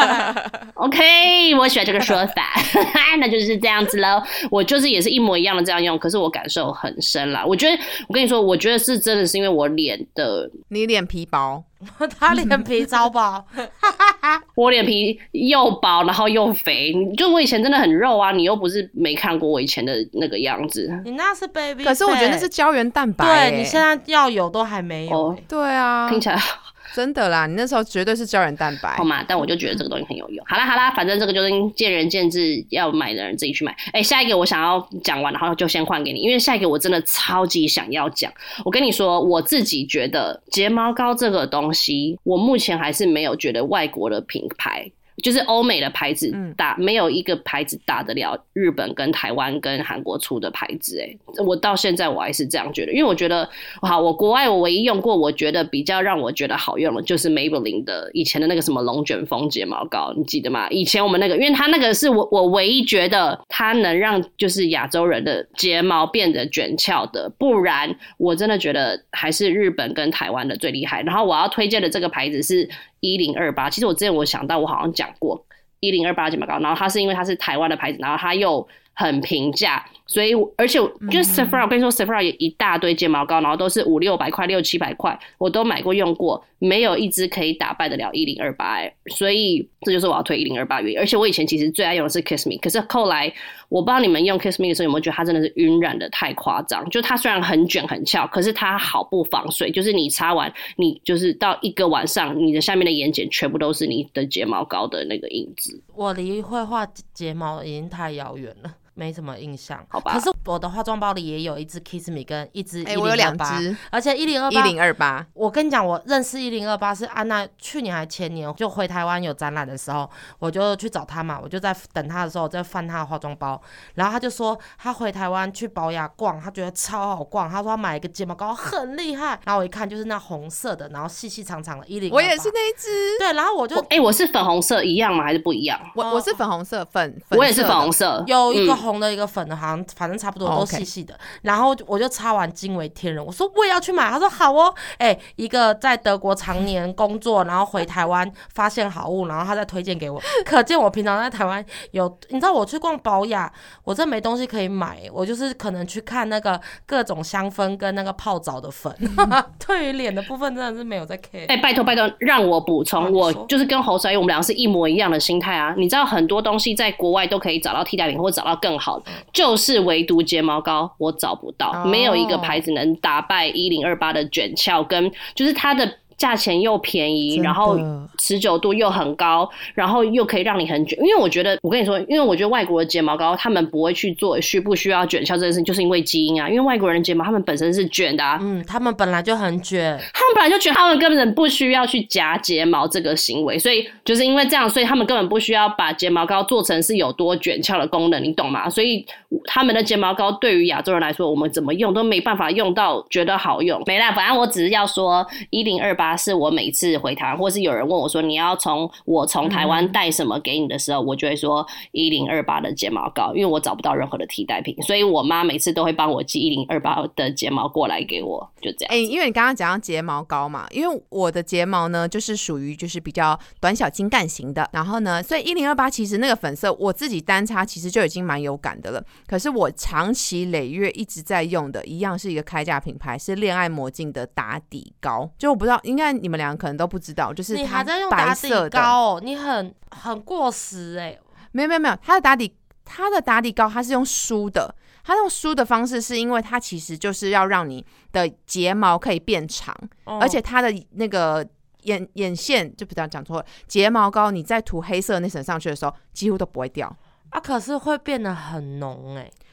OK， 我喜欢这个说法，那就是这样子咯。我就是也是一模一样的这样用，可是我感受很深啦。我觉得，我跟你说，我觉得是真的是因为我脸的， 你脸皮薄， 他脸皮超薄， 我脸皮又薄，然后又肥。就我以前真的很肉啊，你又不是没看过我以前的那个样子。 你那是 baby， 可是我觉得那是胶原蛋白。 对，你现在要有都还没有。 对啊， 听起来真的啦，你那时候绝对是胶原蛋白， 好嘛？但我就觉得这个东西很有用。好啦，反正这个就是见仁见智，要买的人自己去买。下一个我想要讲完，然后就先换给你，因为下一个我真的超级想要讲。我跟你说，我自己觉得睫毛膏这个东西，我目前还是没有觉得外国的品牌。就是欧美的牌子没有一个牌子打得了日本跟台湾跟韩国出的牌子我到现在我还是这样觉得，因为我觉得好，我国外我唯一用过我觉得比较让我觉得好用的就是 Maybelline 的以前的那个什么龙卷风睫毛膏，你记得吗？以前我们那个，因为它那个是我唯一觉得它能让就是亚洲人的睫毛变得卷翘的，不然我真的觉得还是日本跟台湾的最厉害。然后我要推荐的这个牌子是1028，其实我之前我想到我好像讲过1028睫毛膏，然后它是因为它是台湾的牌子，然后它又很平价，所以而且就是 Sephora， 我跟你说 Sephora 有一大堆睫毛膏，然后都是500-600块、600-700块，我都买过用过，没有一支可以打败得了1028所以这就是我要推1028原因。而且我以前其实最爱用的是 Kiss Me， 可是后来我不知道你们用 Kiss Me 的时候有没有觉得它真的是晕染的太夸张，就它虽然很卷很翘，可是它好不防水，就是你擦完你就是到一个晚上你的下面的眼睑全部都是你的睫毛膏的那个印子。 我离会画睫毛已经太遥远了，没什么印象， 好吧？ 可是我的化妆包里也有一支 Kiss Me 跟一支1028， 我有2支， 而且1028， 我跟你讲，我认识1028是安娜去年还前年就回台湾有展览的时候，我就去找她嘛，我就在等她的时候在翻她的化妆包，然后她就说她回台湾去宝雅逛，她觉得超好逛，她说她买一个睫毛膏很厉害，然后我一看就是那红色的，然后细细长长的1028， 我也是那一支， 对，然后我就我是粉红色一样吗？还是不一样？ 我是粉红色粉我也是粉红色， 有一个红的一个粉的，好像反正差不多都细细的，然后我就擦完惊为天人，我说我也要去买，他说好哦，一个在德国常年工作，然后回台湾发现好物，然后他再推荐给我，可见我平常在台湾有，你知道我去逛宝雅，我真没东西可以买，我就是可能去看那个各种香氛跟那个泡澡的粉，对于脸的部分真的是没有在 care。 拜托让我补充，我就是跟侯帅我们两个是一模一样的心态啊，你知道很多东西在国外都可以找到替代品或找到更好的，就是唯独睫毛膏我找不到，没有一个牌子能打败1028的卷翘，跟就是它的价钱又便宜，然后持久度又很高，然后又可以让你很卷。因为我觉得，我跟你说，因为我觉得外国的睫毛膏他们不会去做不需要卷翘这件事情，就是因为基因啊。因为外国人的睫毛他们本身是卷的啊， 他们本来就很卷， 他们本来就卷，他们根本不需要去夹睫毛这个行为，所以就是因为这样，所以他们根本不需要把睫毛膏做成是有多卷翘的功能，你懂吗？所以他们的睫毛膏对于亚洲人来说，我们怎么用都没办法用到觉得好用。没啦，反正我只是要说1028是我每次回台湾，或是有人问我说你要从台湾带什么给你的时候，我就会说1028的睫毛膏，因为我找不到任何的替代品，所以我妈每次都会帮我寄1028的睫毛过来给我，就这样。 因为你刚刚讲到睫毛膏嘛，因为我的睫毛呢就是属于就是比较短小精干型的，然后呢，所以1028其实那个粉色我自己单擦其实就已经蛮有感的了，可是我长期累月一直在用的一样是一个开价品牌，是恋爱魔镜的打底膏，就我不知道，应该你们两个可能都不知道，就是它你还在用白打色的底膏哦，你很过时没有，它的打底膏它是用梳的，它用梳的方式是因为它其实就是要让你的睫毛可以变长，而且它的那个眼线就不要讲错了，睫毛膏你在涂黑色的那层上去的时候几乎都不会掉啊，可是会变得很浓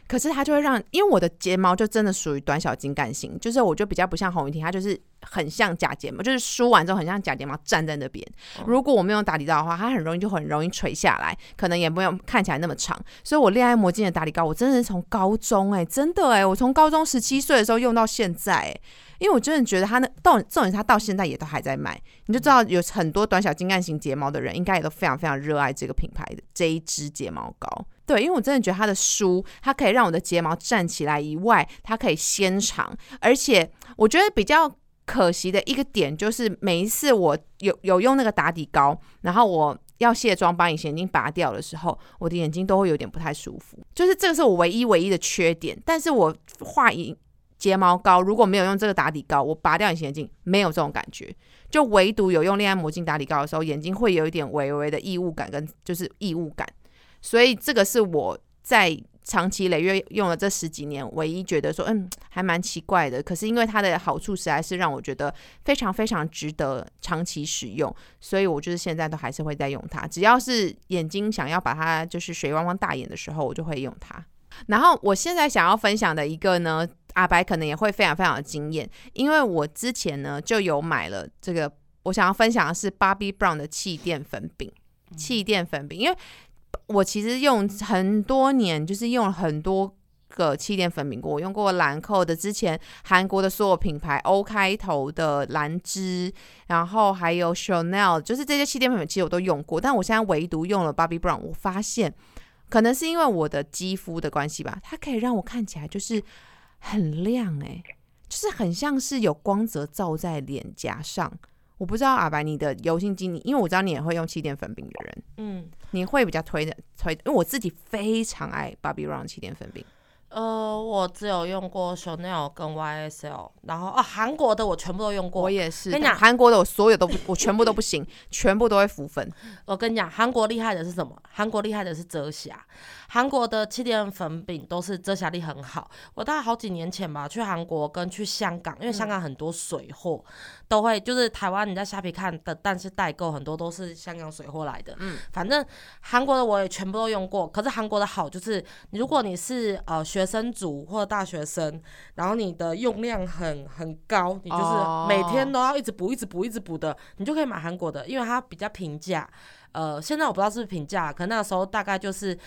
可是它就会让，因为我的睫毛就真的属于短小精干型，就是我就比较不像洪雨婷，它就是很像假睫毛，就是梳完之后很像假睫毛站在那边。如果我没有打理到的话，它很容易垂下来，可能也没有看起来那么长。所以我恋爱魔镜的打理膏，我真的是从高中真的我从高中17岁的时候用到现在因为我真的觉得它重点是它到现在也都还在卖，你就知道有很多短小精干型睫毛的人应该也都非常非常热爱这个品牌的这一支睫毛膏。对，因为我真的觉得它的梳，它可以让我的睫毛站起来以外，它可以纤长，而且我觉得比较可惜的一个点就是每一次我有用那个打底膏，然后我要卸妆把隐形眼镜拔掉的时候，我的眼睛都会有点不太舒服，就是这个是我唯一的缺点。但是我画睫毛膏如果没有用这个打底膏，我拔掉隐形眼镜没有这种感觉，就唯独有用恋爱魔镜打底膏的时候，眼睛会有一点微微的异物感跟就是异物感，所以这个是我在长期累月用了这10几年唯一觉得说还蛮奇怪的，可是因为它的好处实在是让我觉得非常非常值得长期使用，所以我就是现在都还是会再用它，只要是眼睛想要把它就是水汪汪大眼的时候，我就会用它。然后我现在想要分享的一个呢，阿白可能也会非常非常的惊艳，因为我之前呢就有买了这个，我想要分享的是 Bobbi Brown 的气垫粉饼。因为我其实用很多年，就是用了很多个气垫粉饼过，我用过兰蔻的，之前韩国的所有品牌 O 开头的兰芝，然后还有 Chanel， 就是这些气垫粉饼其实我都用过，但我现在唯独用了 Bobbi Brown， 我发现可能是因为我的肌肤的关系吧，它可以让我看起来就是很亮就是很像是有光泽照在脸颊上。我不知道阿白你的油性肌，因为我知道你也会用气垫粉饼的人，你会比较推，因为我自己非常爱 Bobbi Brown 气垫粉饼。 我只有用过 Chanel 跟 YSL， 然后韩国的我全部都用过。 我也是， 跟你讲， 韩国的我所有都我全部都不行，全部都会浮粉。 我跟你讲，韩国厉害的是什么？韩国厉害的是遮瑕。韩国的气垫粉饼都是遮瑕力很好。我大概好几年前吧，去韩国跟去香港，因为香港很多水货，都会就是台湾你在虾皮看的，但是代购很多都是香港水货来的。反正韩国的我也全部都用过。可是韩国的好就是，如果你是学生族或者大学生，然后你的用量很高，你就是每天都要一直补的，你就可以买韩国的，因为它比较平价。现在我不知道是不是平价，可能那个时候大概就是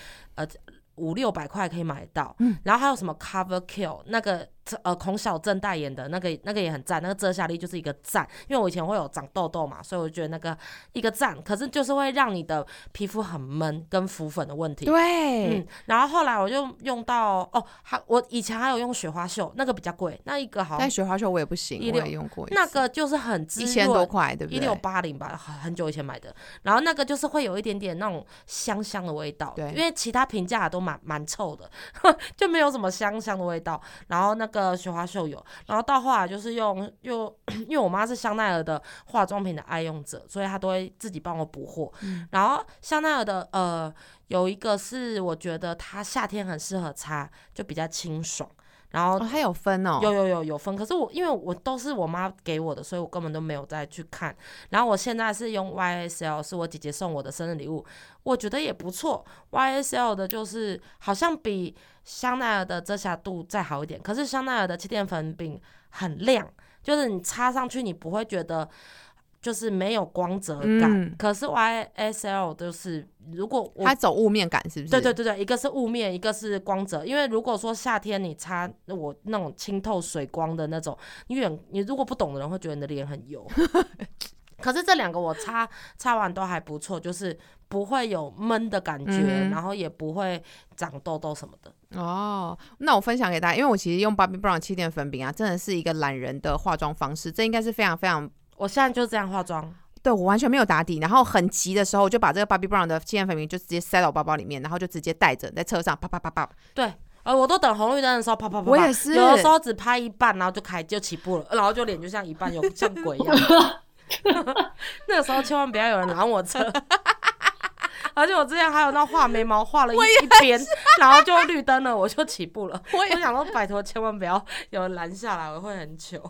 500-600块可以买到。然后还有什么 Cover Kill 那个孔晓振代言的那个也很赞，那个遮瑕力就是一个赞，因为我以前会有长痘痘嘛，所以我觉得那个一个赞，可是就是会让你的皮肤很闷跟浮粉的问题。 对， 然后后来我就用到我以前还有用雪花秀，那个比较贵，那一个好像， 但雪花秀我也不行，我也用过一次， 那个就是很滋润，1000 多块，对不对 ？1680吧，很久以前买的。然后那个就是会有一点点那种香香的味道， 对， 因为其他平价的都蛮臭的，就没有什么香香的味道。然后那个雪花秀有，然后到后来就是因为我妈是香奈儿的化妆品的爱用者，所以她都会自己帮我补货。然后香奈儿的有一个是我觉得它夏天很适合擦，就比较清爽。然后它有分哦， 有分，可是因为我都是我妈给我的，所以我根本都没有再去看。然后我现在是用 YSL， 是我姐姐送我的生日礼物，我觉得也不错。YSL 的就是好像比香奈儿的遮瑕度再好一点，可是香奈儿的气垫粉饼很亮，就是你擦上去你不会觉得就是没有光泽感。可是 YSL 就是如果它走雾面感，是不是？ 对，一个是雾面，一个是光泽。因为如果说夏天你擦我那种清透水光的那种，你如果不懂的人会觉得你的脸很油。可是这两个我擦完都还不错，就是不会有闷的感觉，然后也不会长痘痘什么的。 那我分享给大家，因为我其实用 Bobbi Brown 气垫粉饼真的是一个懒人的化妆方式，这应该是非常非常， 我现在就这样化妆。 对，我完全没有打底，然后很急的时候，我就把这个 Bobbi Brown 的气垫粉饼就直接塞到我包包里面，然后就直接带着在车上啪啪啪啪。对， 我都等红绿灯的时候啪啪啪。 我也是， 有的时候只拍一半，然后就起步了，然后就脸就像一半有像鬼一样。那个时候千万不要有人拦我车。而且我之前还有那画眉毛画了一边，然后就绿灯了，我就起步了。我想说拜托千万不要有人拦下来，我会很糗。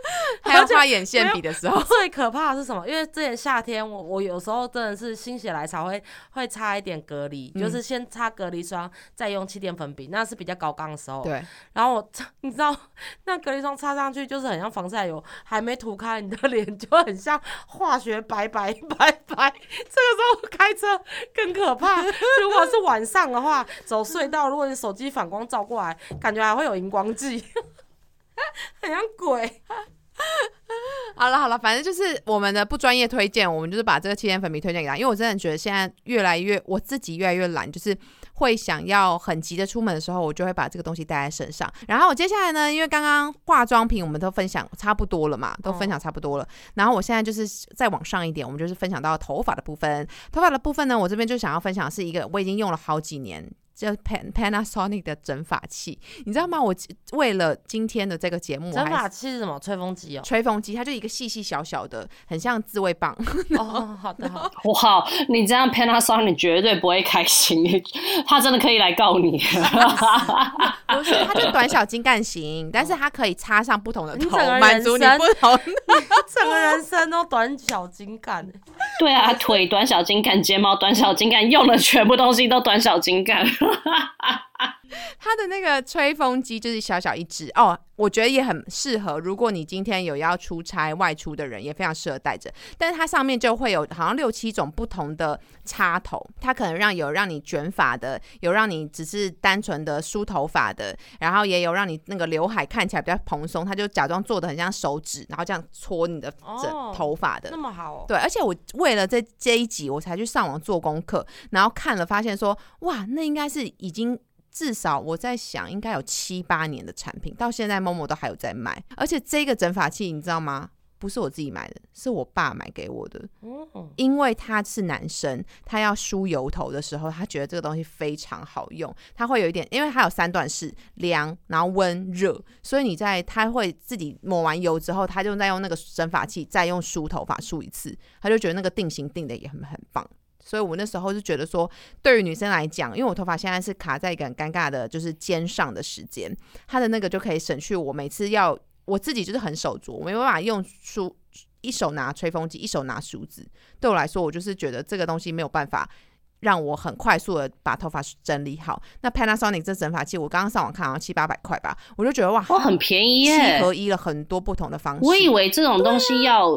还要画眼线笔的时候， 最可怕的是什么？因为之前夏天我有时候真的是心血来潮会擦一点隔离，就是先擦隔离霜，再用气垫粉饼，那是比较高纲的时候。 对。 然后你知道那隔离霜擦上去就是很像防晒油，还没涂开，你的脸就很像化学白。这个时候开车更可怕。如果是晚上的话，走隧道，如果你手机反光照过来，感觉还会有荧光剂，很像鬼。 好了，反正就是我们的不专业推荐，我们就是把这个气垫粉笔推荐给他，因为我真的觉得现在我自己越来越懒，就是会想要很急的出门的时候，我就会把这个东西带在身上。然后我接下来呢，因为刚刚化妆品我们都分享差不多了嘛，然后我现在就是再往上一点，我们就是分享到头发的部分。头发的部分呢，我这边就想要分享的是一个我已经用了好几年。就 Panasonic 的整发器，你知道吗？我为了今天的这个节目， 整发器是什么？吹风机哦。 吹风机，它就一个细细小小的，很像自慰棒。 哦，好的。 哇，你这样 Panasonic 绝对不会开心，他真的可以来告你。 不是，它就短小精干型，但是它可以插上不同的头，满足你不同。 整个人生都短小精干。 对啊，腿短小精干，睫毛短小精干，用的全部东西都短小精干。 它的那个吹风机就是小小一只哦，我觉得也很适合，如果你今天有要出差外出的人，也非常适合带着。但是它上面就会有好像6、7种不同的插头，它可能有让你卷发的，有让你只是单纯的梳头发的，然后也有让你那个刘海看起来比较蓬松，它就假装做的很像手指，然后这样搓你的头发的。 那么好哦。 对，而且我为了这一集我才去上网做功课，然后看了发现说，哇，那应该是已经至少我在想应该有7、8年的产品，到现在 Momo 都还有在卖。而且这个整发器你知道吗？不是我自己买的，是我爸买给我的。因为他是男生，他要梳油头的时候，他觉得这个东西非常好用。他会有一点，因为它有3段式，凉，然后温热，所以他会自己抹完油之后，他就再用那个整发器再用梳头发梳一次，他就觉得那个定型定的也很棒。所以我那时候就觉得说，对于女生来讲，因为我头发现在是卡在一个很尴尬的，就是肩上的时间，它的那个就可以省去我每次我自己就是很手拙，我没办法用一手拿吹风机，一手拿梳子。对我来说，我就是觉得这个东西没有办法让我很快速的把头发整理好。那 Panasonic 这整发器，我刚刚上网看好像700-800块吧，我就觉得哇， 很便宜耶， 7合1了很多不同的方式。 我以为这种东西要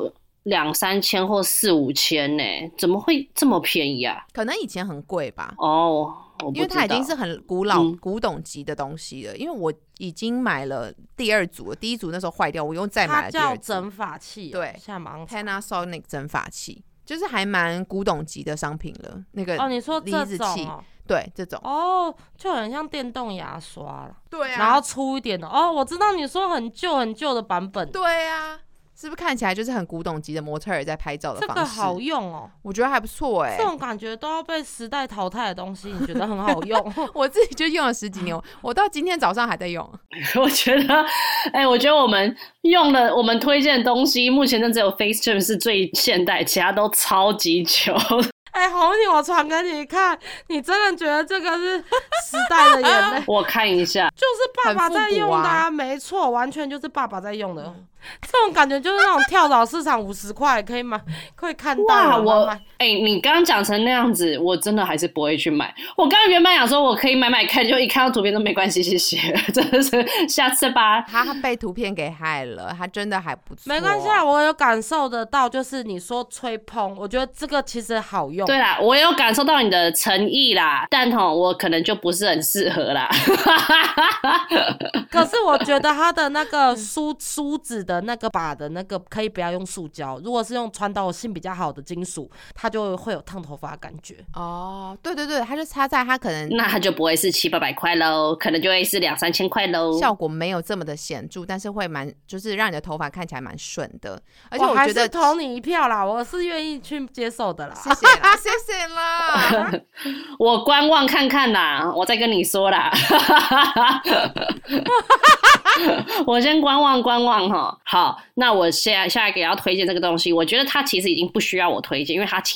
2-3千或4-5千呢，怎么会这么便宜啊？ 可能以前很贵吧。 哦，我不知道， 因为它已经是很古老、古董级的东西了。因为我已经买了第2组了，第1组那时候坏掉，我又再买了第2组。它叫整发器， 对， 现在马上 Panasonic 整发器，就是还蛮古董级的商品了。那个你说这种哦， 对，这种就很像电动牙刷了。 对啊， 然后粗一点的我知道你说很旧很旧的版本。 对啊。是不是看起来就是很古董级的模特儿在拍照的方式？ 这个好用哦， 我觉得还不错哎。 这种感觉都要被时代淘汰的东西，你觉得很好用？ 我自己就用了10几年，我到今天早上还在用。 我觉得我们用的我们推荐的东西，目前只有 Facetune 是最现代，其他都超级久。 红婷，我传给你看，你真的觉得这个是时代的眼泪？ 我看一下， 就是爸爸在用的啊，没错，完全就是爸爸在用的。这种感觉就是那种跳蚤市场50块可以买，可以看到。 哇，你刚刚讲成那样子，我真的还是不会去买。我刚刚原本想说我可以买看，就一看到图片都没关系，谢谢，真的是下次吧。 他被图片给害了，他真的还不错。 没关系啊，我有感受得到，就是你说吹蓬，我觉得这个其实好用。 对啦，我有感受到你的诚意啦，但我可能就不是很适合啦。 可是我觉得它的那个梳子的那个把的那个可以不要用塑胶，如果是用传导性比较好的金属，它就会有烫头发的感觉。 对对对，它就插在它可能， 那它就不会是700-800块咯，可能就会是2-3千块咯。 效果没有这么的显著，但是会就是让你的头发看起来蛮顺的。而且我觉得还是投你一票啦，我是愿意去接受的啦。 谢谢啦，谢谢啦。 我观望看看啦，我再跟你说啦。我先观望哈。好，那我下一个要推荐这个东西，我觉得它其实已经不需要我推荐，因为它其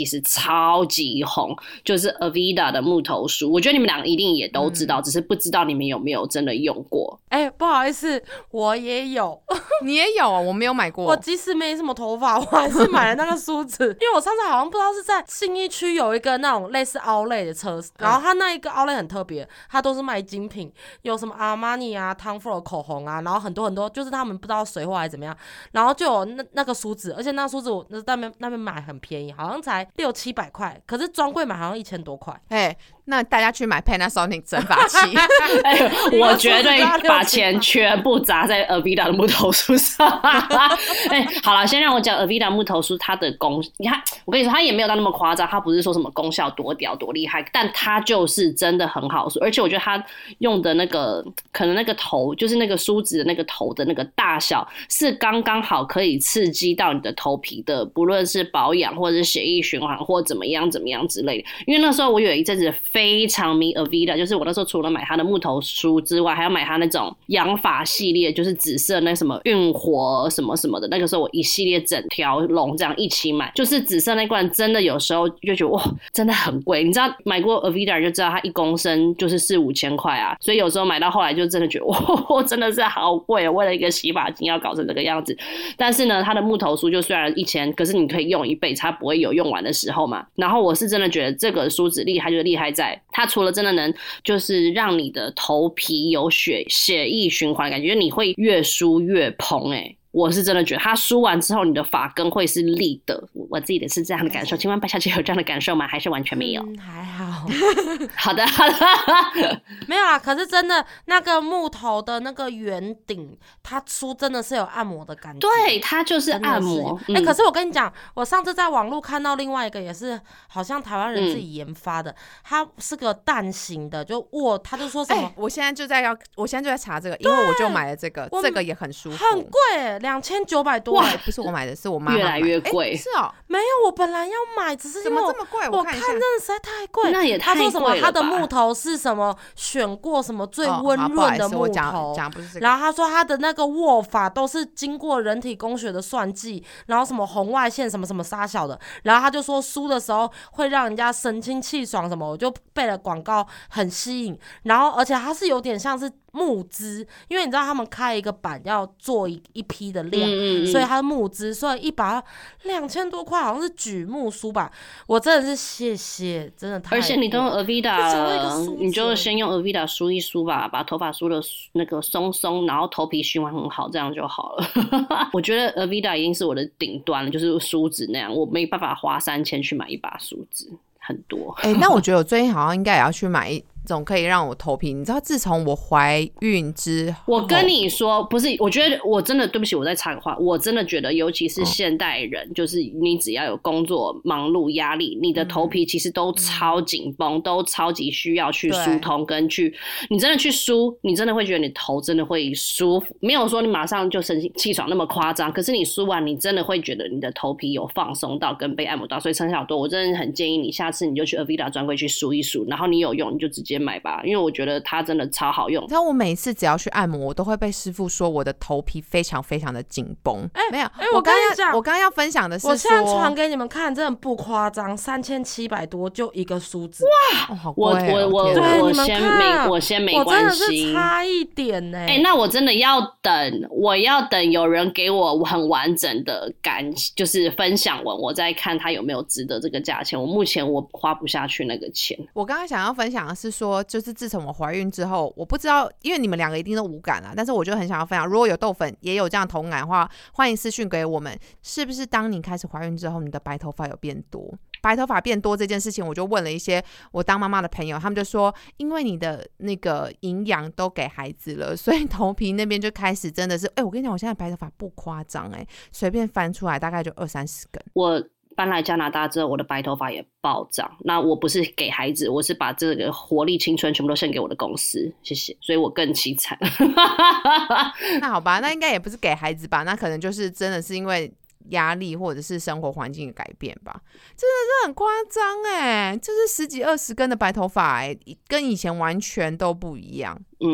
其实超级红，就是 Aveda 的木头梳，我觉得你们两个一定也都知道，只是不知道你们有没有真的用过。 不好意思，我也有。 你也有啊？我没有买过。 我即使没什么头发，我还是买了那个梳子，因为我上次好像不知道是在信义区有一个那种类似 outlet 的车，然后它那一个 outlet 很特别，它都是卖精品，有什么阿玛尼啊、Tom Ford 口红啊，然后很多很多，就是他们不知道水货还是怎么样，然后就有那个梳子，而且那梳子我那边买很便宜，好像才600-700块，可是专柜买好像1000多块。 那大家去买 Panasonic 整发器。 我绝对把钱全部砸在 Aveda 的木头梳上。好了，先让我讲 Aveda 木头梳它的功，你看，我跟你说，它也没有到那么夸张，它不是说什么功效多屌多厉害，但它就是真的很好梳，而且我觉得它用的那个可能那个头，就是那个梳子的那个头的那个大小是刚刚好可以刺激到你的头皮的，不论是保养或者是血液循环或怎么样之类的。因为那时候我有一阵子非常迷 Aveda， 就是我那时候除了买它的木头梳之外，还要买它那种养发系列，就是紫色那什么运活什么什么的，那个时候我一系列整条龙这样一起买，就是紫色那罐真的有时候就觉得哇真的很贵，你知道买过 Aveda 就知道它1公升就是4-5千块啊，所以有时候买到后来就真的觉得哇真的是好贵，为了一个洗发精要搞成这个样子。但是呢它的木头梳就虽然1000，可是你可以用一辈子，它不会有用完的时候嘛。然后我是真的觉得这个梳子厉害，就是厉害在它除了真的能就是让你的头皮有血液循环的感觉，你会越梳越蓬我是真的觉得它梳完之后你的发根会是立的，我自己的是这样的感受。请问白小姐有这样的感受吗？还是完全没有？ 还好。 好的没有啦，可是真的那个木头的那个圆顶，它梳真的是有按摩的感觉。 对，它就是按摩。 可是我跟你讲，我上次在网络看到另外一个也是好像台湾人自己研发的，它是个蛋形的，就他就说什么我现在就在查这个，因为我就买了这个，这个也很舒服， 很贵2900多。 不是我买的，是我妈妈越来越贵。 是哦， 没有，我本来要买，只是因为怎么这么贵？ 我看真的实在太贵。 那也太贵了吧。 他说什么他的木头是什么选过什么最温润的木头， 不是这个。 然后他说他的那个握法都是经过人体工学的算计，然后什么红外线什么什么杀小的，然后他就说梳的时候会让人家神清气爽什么，我就被了广告很吸引。然后而且它是有点像是募资，因为你知道他们开一个版要做一批的量，所以它是募资，所以一把2000多块，好像是榉木梳吧。我真的是谢谢，真的太。 而且你都用 Aveda 了，你就先用 Aveda 梳一梳吧，把头发梳的那个松松，然后头皮循环很好，这样就好了。我觉得 Aveda 已经是我的顶端了，就是梳子那样，我没办法花3000去买一把梳子，很多。 那我觉得我最近好像应该也要去买一种可以让我头皮，你知道自从我怀孕之后， 我跟你说不是，我觉得我真的对不起，我在插个话，我真的觉得尤其是现代人，就是你只要有工作忙碌压力，你的头皮其实都超紧绷，都超级需要去疏通跟去，你真的去梳，你真的会觉得你头真的会舒服，没有说你马上就神清气爽那么夸张，可是你梳完你真的会觉得你的头皮有放松到跟被按摩到，所以陈小多我真的很建议你下次你就去 Aveda 专柜去梳一梳，然后你有用你就直接买吧，因为我觉得它真的超好用。 然后我每次只要去按摩，我都会被师傅说我的头皮非常非常的紧绷。没有， 我跟你讲， 我刚刚要分享的是说， 我现在传给你们看，真的不夸张，3700多就一个梳子。 哇，好贵哦！ 我先没关系， 我真的是差一点呢。 那我真的要等，有人给我很完整的就是分享完，我再看他有没有值得这个价钱。目前我花不下去那个钱。 我刚刚想要分享的是说，就是自从我怀孕之后，我不知道，因为你们两个一定都无感啦，但是我就很想要分享，如果有豆粉也有这样同感的话，欢迎私讯给我们，是不是当你开始怀孕之后，你的白头发有变多？白头发变多这件事情，我就问了一些我当妈妈的朋友，他们就说，因为你的那个营养都给孩子了，所以头皮那边就开始真的是，我跟你讲，我现在白头发不夸张，随便翻出来大概就20-30根。 我搬来加拿大之后，我的白头发也暴涨。那我不是给孩子，我是把这个活力青春全部都献给我的公司，谢谢。所以我更凄惨。 那好吧，那应该也不是给孩子吧？那可能就是真的是因为压力或者是生活环境的改变吧，真的是很夸张就是10几20根的白头发跟以前完全都不一样。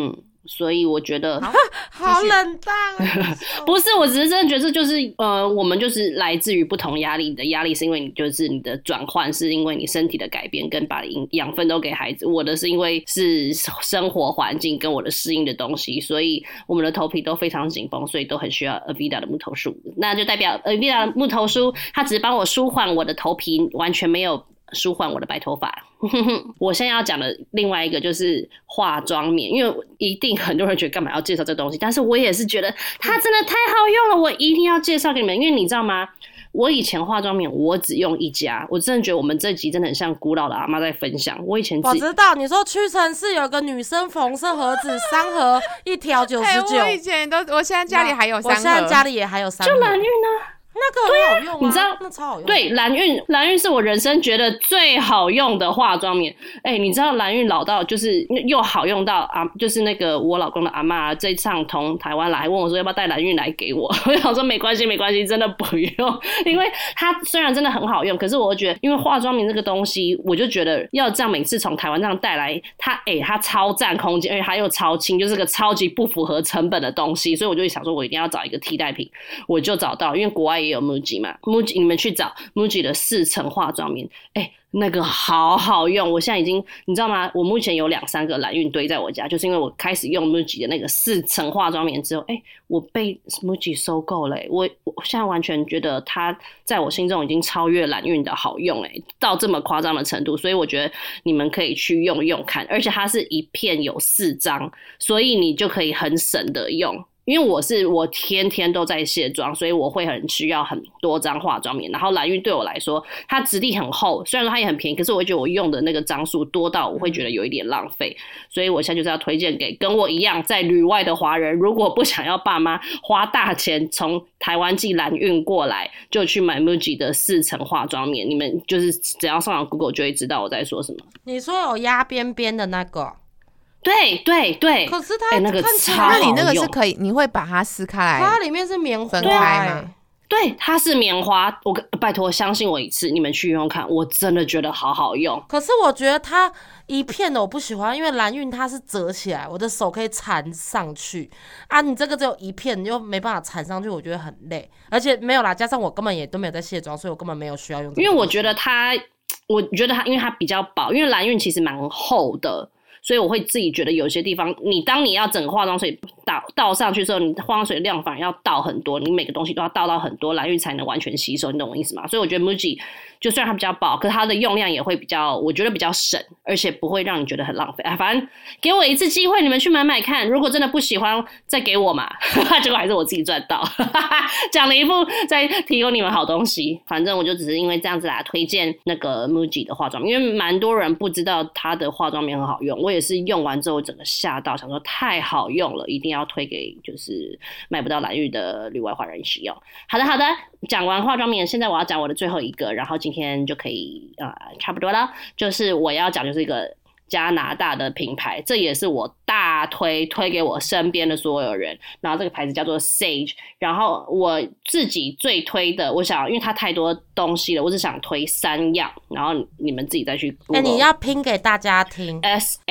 所以我觉得好冷淡不是，我只是真的觉得这就是我们就是来自于不同压力，你的压力是因为你就是你的转换是因为你身体的改变跟把养分都给孩子，我的是因为是生活环境跟我的适应的东西，所以我们的头皮都非常紧绷，所以都很需要 Aveda 的木头梳，那就代表 Aveda 的木头梳它只是帮我舒缓我的头皮，完全没有舒缓我的白头发。我现在要讲的另外一个就是化妆棉，因为一定很多人觉得干嘛要介绍这东西，但是我也是觉得它真的太好用了，我一定要介绍给你们。因为你知道吗，我以前化妆棉我只用一家，我真的觉得我们这集真的很像古老的阿嬷在分享。我以前我知道你说屈臣氏有个女生缝色盒子，3盒一条99。 我以前我现在家里还有3盒， 我现在家里也还有3盒。 就蓝韵啊。 那个很好用啊， 你知道那超好用。 对，蓝韵是我人生觉得最好用的化妆棉。你知道蓝韵老到就是又好用到就是那个我老公的阿嬷这趟从台湾来，问我说要不要带蓝韵来给我，我想说没关系，真的不用，因为它虽然真的很好用，可是我觉得因为化妆棉这个东西，我就觉得要这样每次从台湾这样带来，它超占空间，而且它又超轻，就是个超级不符合成本的东西，所以我就想说我一定要找一个替代品，我就找到，因为国外也有 Muji 嘛 ，Muji 你们去找 Muji 的4层化妆棉，那个好好用，我现在已经你知道吗？我目前有2-3个蓝韵堆在我家，就是因为我开始用 Muji 的那个4层化妆棉之后，我被 Muji 收购了，我现在完全觉得它在我心中已经超越蓝韵的好用，到这么夸张的程度，所以我觉得你们可以去用用看，而且它是一片有4张，所以你就可以很省的用。因为我天天都在卸妆，所以我会很需要很多张化妆棉。然后蓝韵对我来说，它质地很厚，虽然说它也很便宜，可是我会觉得我用的那个张数多到我会觉得有一点浪费。所以我现在就是要推荐给跟我一样在旅外的华人，如果不想要爸妈花大钱从台湾寄蓝韵过来，就去买 Muji 的4层化妆棉。你们就是只要上网 Google 就会知道我在说什么。 你说有压边边的那个？ 对， 可是它那个超好用。 那你那个是可以，你会把它撕开来， 它里面是棉花分开吗？ 对，它是棉花，拜托相信我一次，你们去用用看，我真的觉得好好用。 可是我觉得它一片的我不喜欢，因为蓝韵它是折起来，我的手可以缠上去啊，你这个只有一片，你又没办法缠上去，我觉得很累。而且没有啦，加上我根本也都没有在卸妆，所以我根本没有需要用这个。 因为我觉得它，因为它比较薄，因为蓝韵其实蛮厚的。所以我会自己觉得有些地方，当你要整个化妆水倒上去的时候，你化妆水量反而要倒很多，你每个东西都要倒到很多，蓝韵才能完全吸收，你懂我意思吗？所以我觉得 Muji 就虽然它比较薄，可是它的用量也会我觉得比较省，而且不会让你觉得很浪费。反正给我一次机会，你们去买看，如果真的不喜欢再给我嘛，结果还是我自己赚到，讲了一副在提供你们好东西。反正我就只是因为这样子来推荐那个 Muji 的化妆棉，因为蛮多人不知道它的化妆棉很好用，我也是用完之后整个吓到，想说太好用了，一定要推给就是买不到蓝韵的旅外华人使用。好的，讲完化妆棉，现在我要讲我的最后一个，然后今天就可以差不多了。就是我要讲就是一个加拿大的品牌，这也是我大推给我身边的所有人。然后这个牌子叫做 Sage， 然后我自己最推的，我想因为它太多东西了，我只想推3样，然后你们自己再去 Google。 你要拼给大家听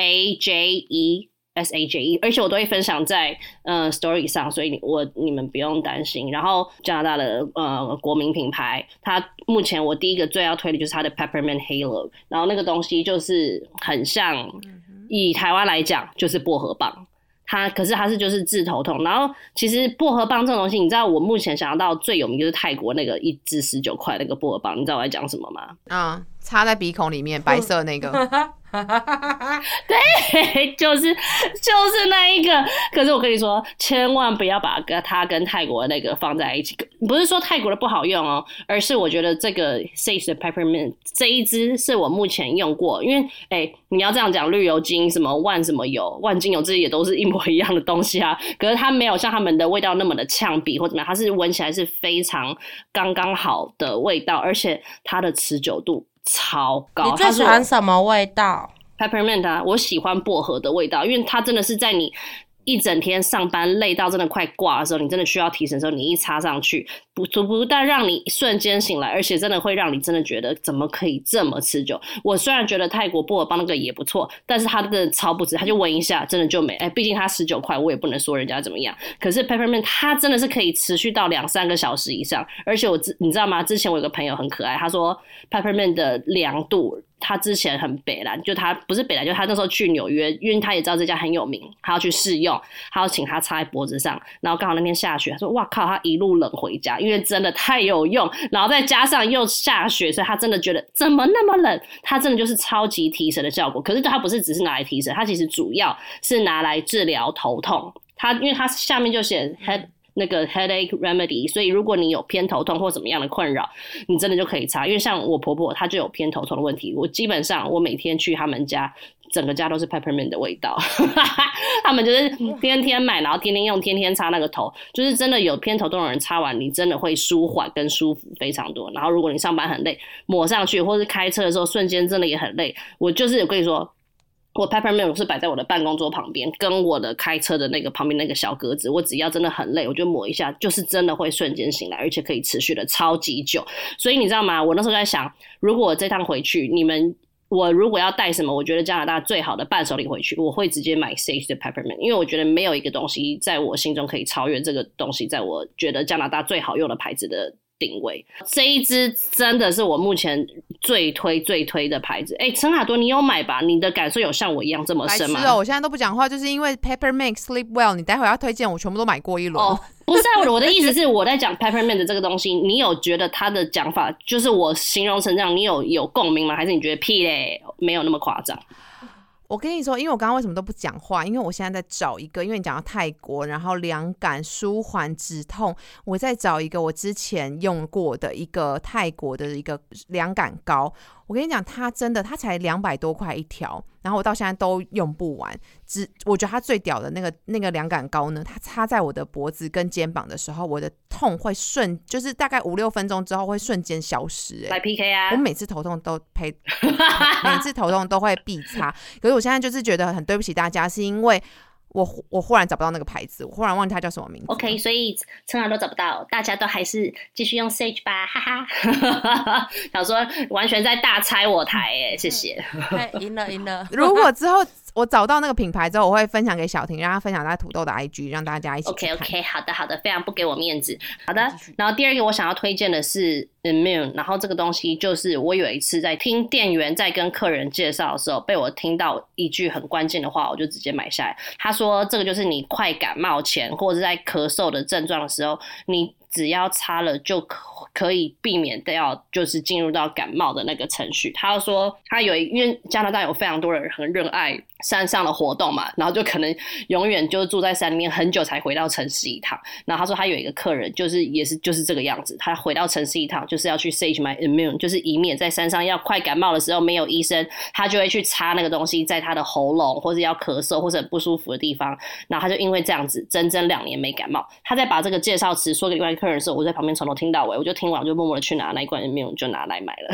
SAJE， 而且我都会分享在story 上，所以你们不用担心。然后加拿大的国民品牌，它目前我第一个最要推的就是它的 Peppermint Halo， 然后那个东西就是很像，以台湾来讲就是薄荷棒。可是它是就是治头痛，然后其实薄荷棒这种东西，你知道我目前想到最有名就是泰国那个1支19块那个薄荷棒，你知道我在讲什么吗？ 插在鼻孔里面白色那个。 对，就是那一个。可是我跟你说，千万不要把它跟泰国的那个放在一起。不是说泰国的不好用哦，而是我觉得这个 Sage 的 Peppermint 这一支是我目前用过。因为你要这样讲，绿油精什么万什么油、万金油这些也都是一模一样的东西啊。可是它没有像他们的味道那么的呛鼻或怎么样，它是闻起来是非常刚刚好的味道，而且它的持久度超高。 你最喜欢什么味道？ Peppermint 啊，我喜欢薄荷的味道，因为它真的是在你一整天上班累到真的快挂的时候，你真的需要提神的时候，你一插上去， 不但让你瞬间醒来，而且真的会让你真的觉得怎么可以这么持久。我虽然觉得泰国薄荷棒那个也不错，但是它的超不值，它就闻一下真的就没。毕竟它19块，我也不能说人家怎么样。可是 Peppermint 它真的是可以持续到2-3个小时以上，而且你知道吗？之前我有个朋友很可爱，他说 Peppermint 的凉度。他之前很北蓝，就他不是北蓝，就他那时候去纽约，因为他也知道这家很有名，他要去试用，他要请他插在脖子上，然后刚好那天下雪，他说哇靠，他一路冷回家，因为真的太有用，然后再加上又下雪，所以他真的觉得怎么那么冷，他真的就是超级提神的效果。可是他不是只是拿来提神，他其实主要是拿来治疗头痛，因为他下面就写那个 headache remedy， 所以如果你有偏头痛或怎么样的困扰，你真的就可以擦。因为像我婆婆她就有偏头痛的问题，我基本上我每天去他们家，整个家都是 peppermint 的味道他们就是天天买，然后天天用，天天擦那个头，就是真的有偏头痛的人擦完，你真的会舒缓跟舒服非常多。然后如果你上班很累，抹上去或是开车的时候瞬间真的也很累，我就是有跟你说我 Peppermint 是摆在我的办公桌旁边，跟我的开车的那个旁边那个小格子，我只要真的很累，我就抹一下，就是真的会瞬间醒来，而且可以持续的超级久。所以你知道吗？我那时候在想，如果我这趟回去，我如果要带什么，我觉得加拿大最好的伴手礼回去，我会直接买 Sage 的 Peppermint， 因为我觉得没有一个东西在我心中可以超越这个东西，在我觉得加拿大最好用的牌子的定位。这一支真的是我目前最推的牌子。陈卡多，你有买吧？你的感受有像我一样这么深吗？ 白痴哦，我现在都不讲话，就是因为 Peppermint Sleep Well， 你待会要推荐，我全部都买过一轮。 不是啊，我的意思是我在讲 Peppermint 的这个东西，你有觉得它的讲法就是我形容成这样，你有共鸣吗？还是你觉得屁嘞，没有那么夸张？ 我跟你说，因为我刚刚为什么都不讲话，因为我现在在找一个，因为你讲到泰国，然后凉感、舒缓、止痛，我在找一个我之前用过的一个泰国的一个凉感膏。我跟你讲，它真的，它才200多块一条，然后我到现在都用不完。我觉得它最屌的那个凉感膏呢，它擦在我的脖子跟肩膀的时候，我的痛会就是大概5-6分钟之后会瞬间消失。 来 PK 啊！ 我每次头痛都每次头痛都会必擦。可是我现在就是觉得很对不起大家，是因为我忽然找不到那个牌子，我忽然忘记它叫什么名字。 OK， 所以陈都找不到，大家都还是继续用 Sage 吧，哈哈。想说完全在大拆我台谢谢。 赢了。 如果之后我找到那个品牌之后，我会分享给小婷，让她分享在土豆的 IG， 让大家一起去看。 OK， 好的，非常不给我面子。好的，然后第二个我想要推荐的是 Immune， 然后这个东西就是我有一次在听店员在跟客人介绍的时候，被我听到一句很关键的话，我就直接买下来。他说这个就是你快感冒前或者在咳嗽的症状的时候，你只要擦了就可以避免掉就是进入到感冒的那个程序。他说他因为加拿大有非常多人很热爱山上的活动嘛，然后就可能永远就住在山里面很久才回到城市一趟。然后他说他有一个客人就是这个样子，他回到城市一趟就是要去 Sage 买 Immune， 就是以免在山上要快感冒的时候没有医生，他就会去擦那个东西在他的喉咙或者要咳嗽或者很不舒服的地方。然后他就因为这样子整整2年没感冒。他在把这个介绍词说给另外一个客人的时候，我在旁边从头听到尾，我就听完我就默默的去拿那一罐 Immune， 就拿来买了。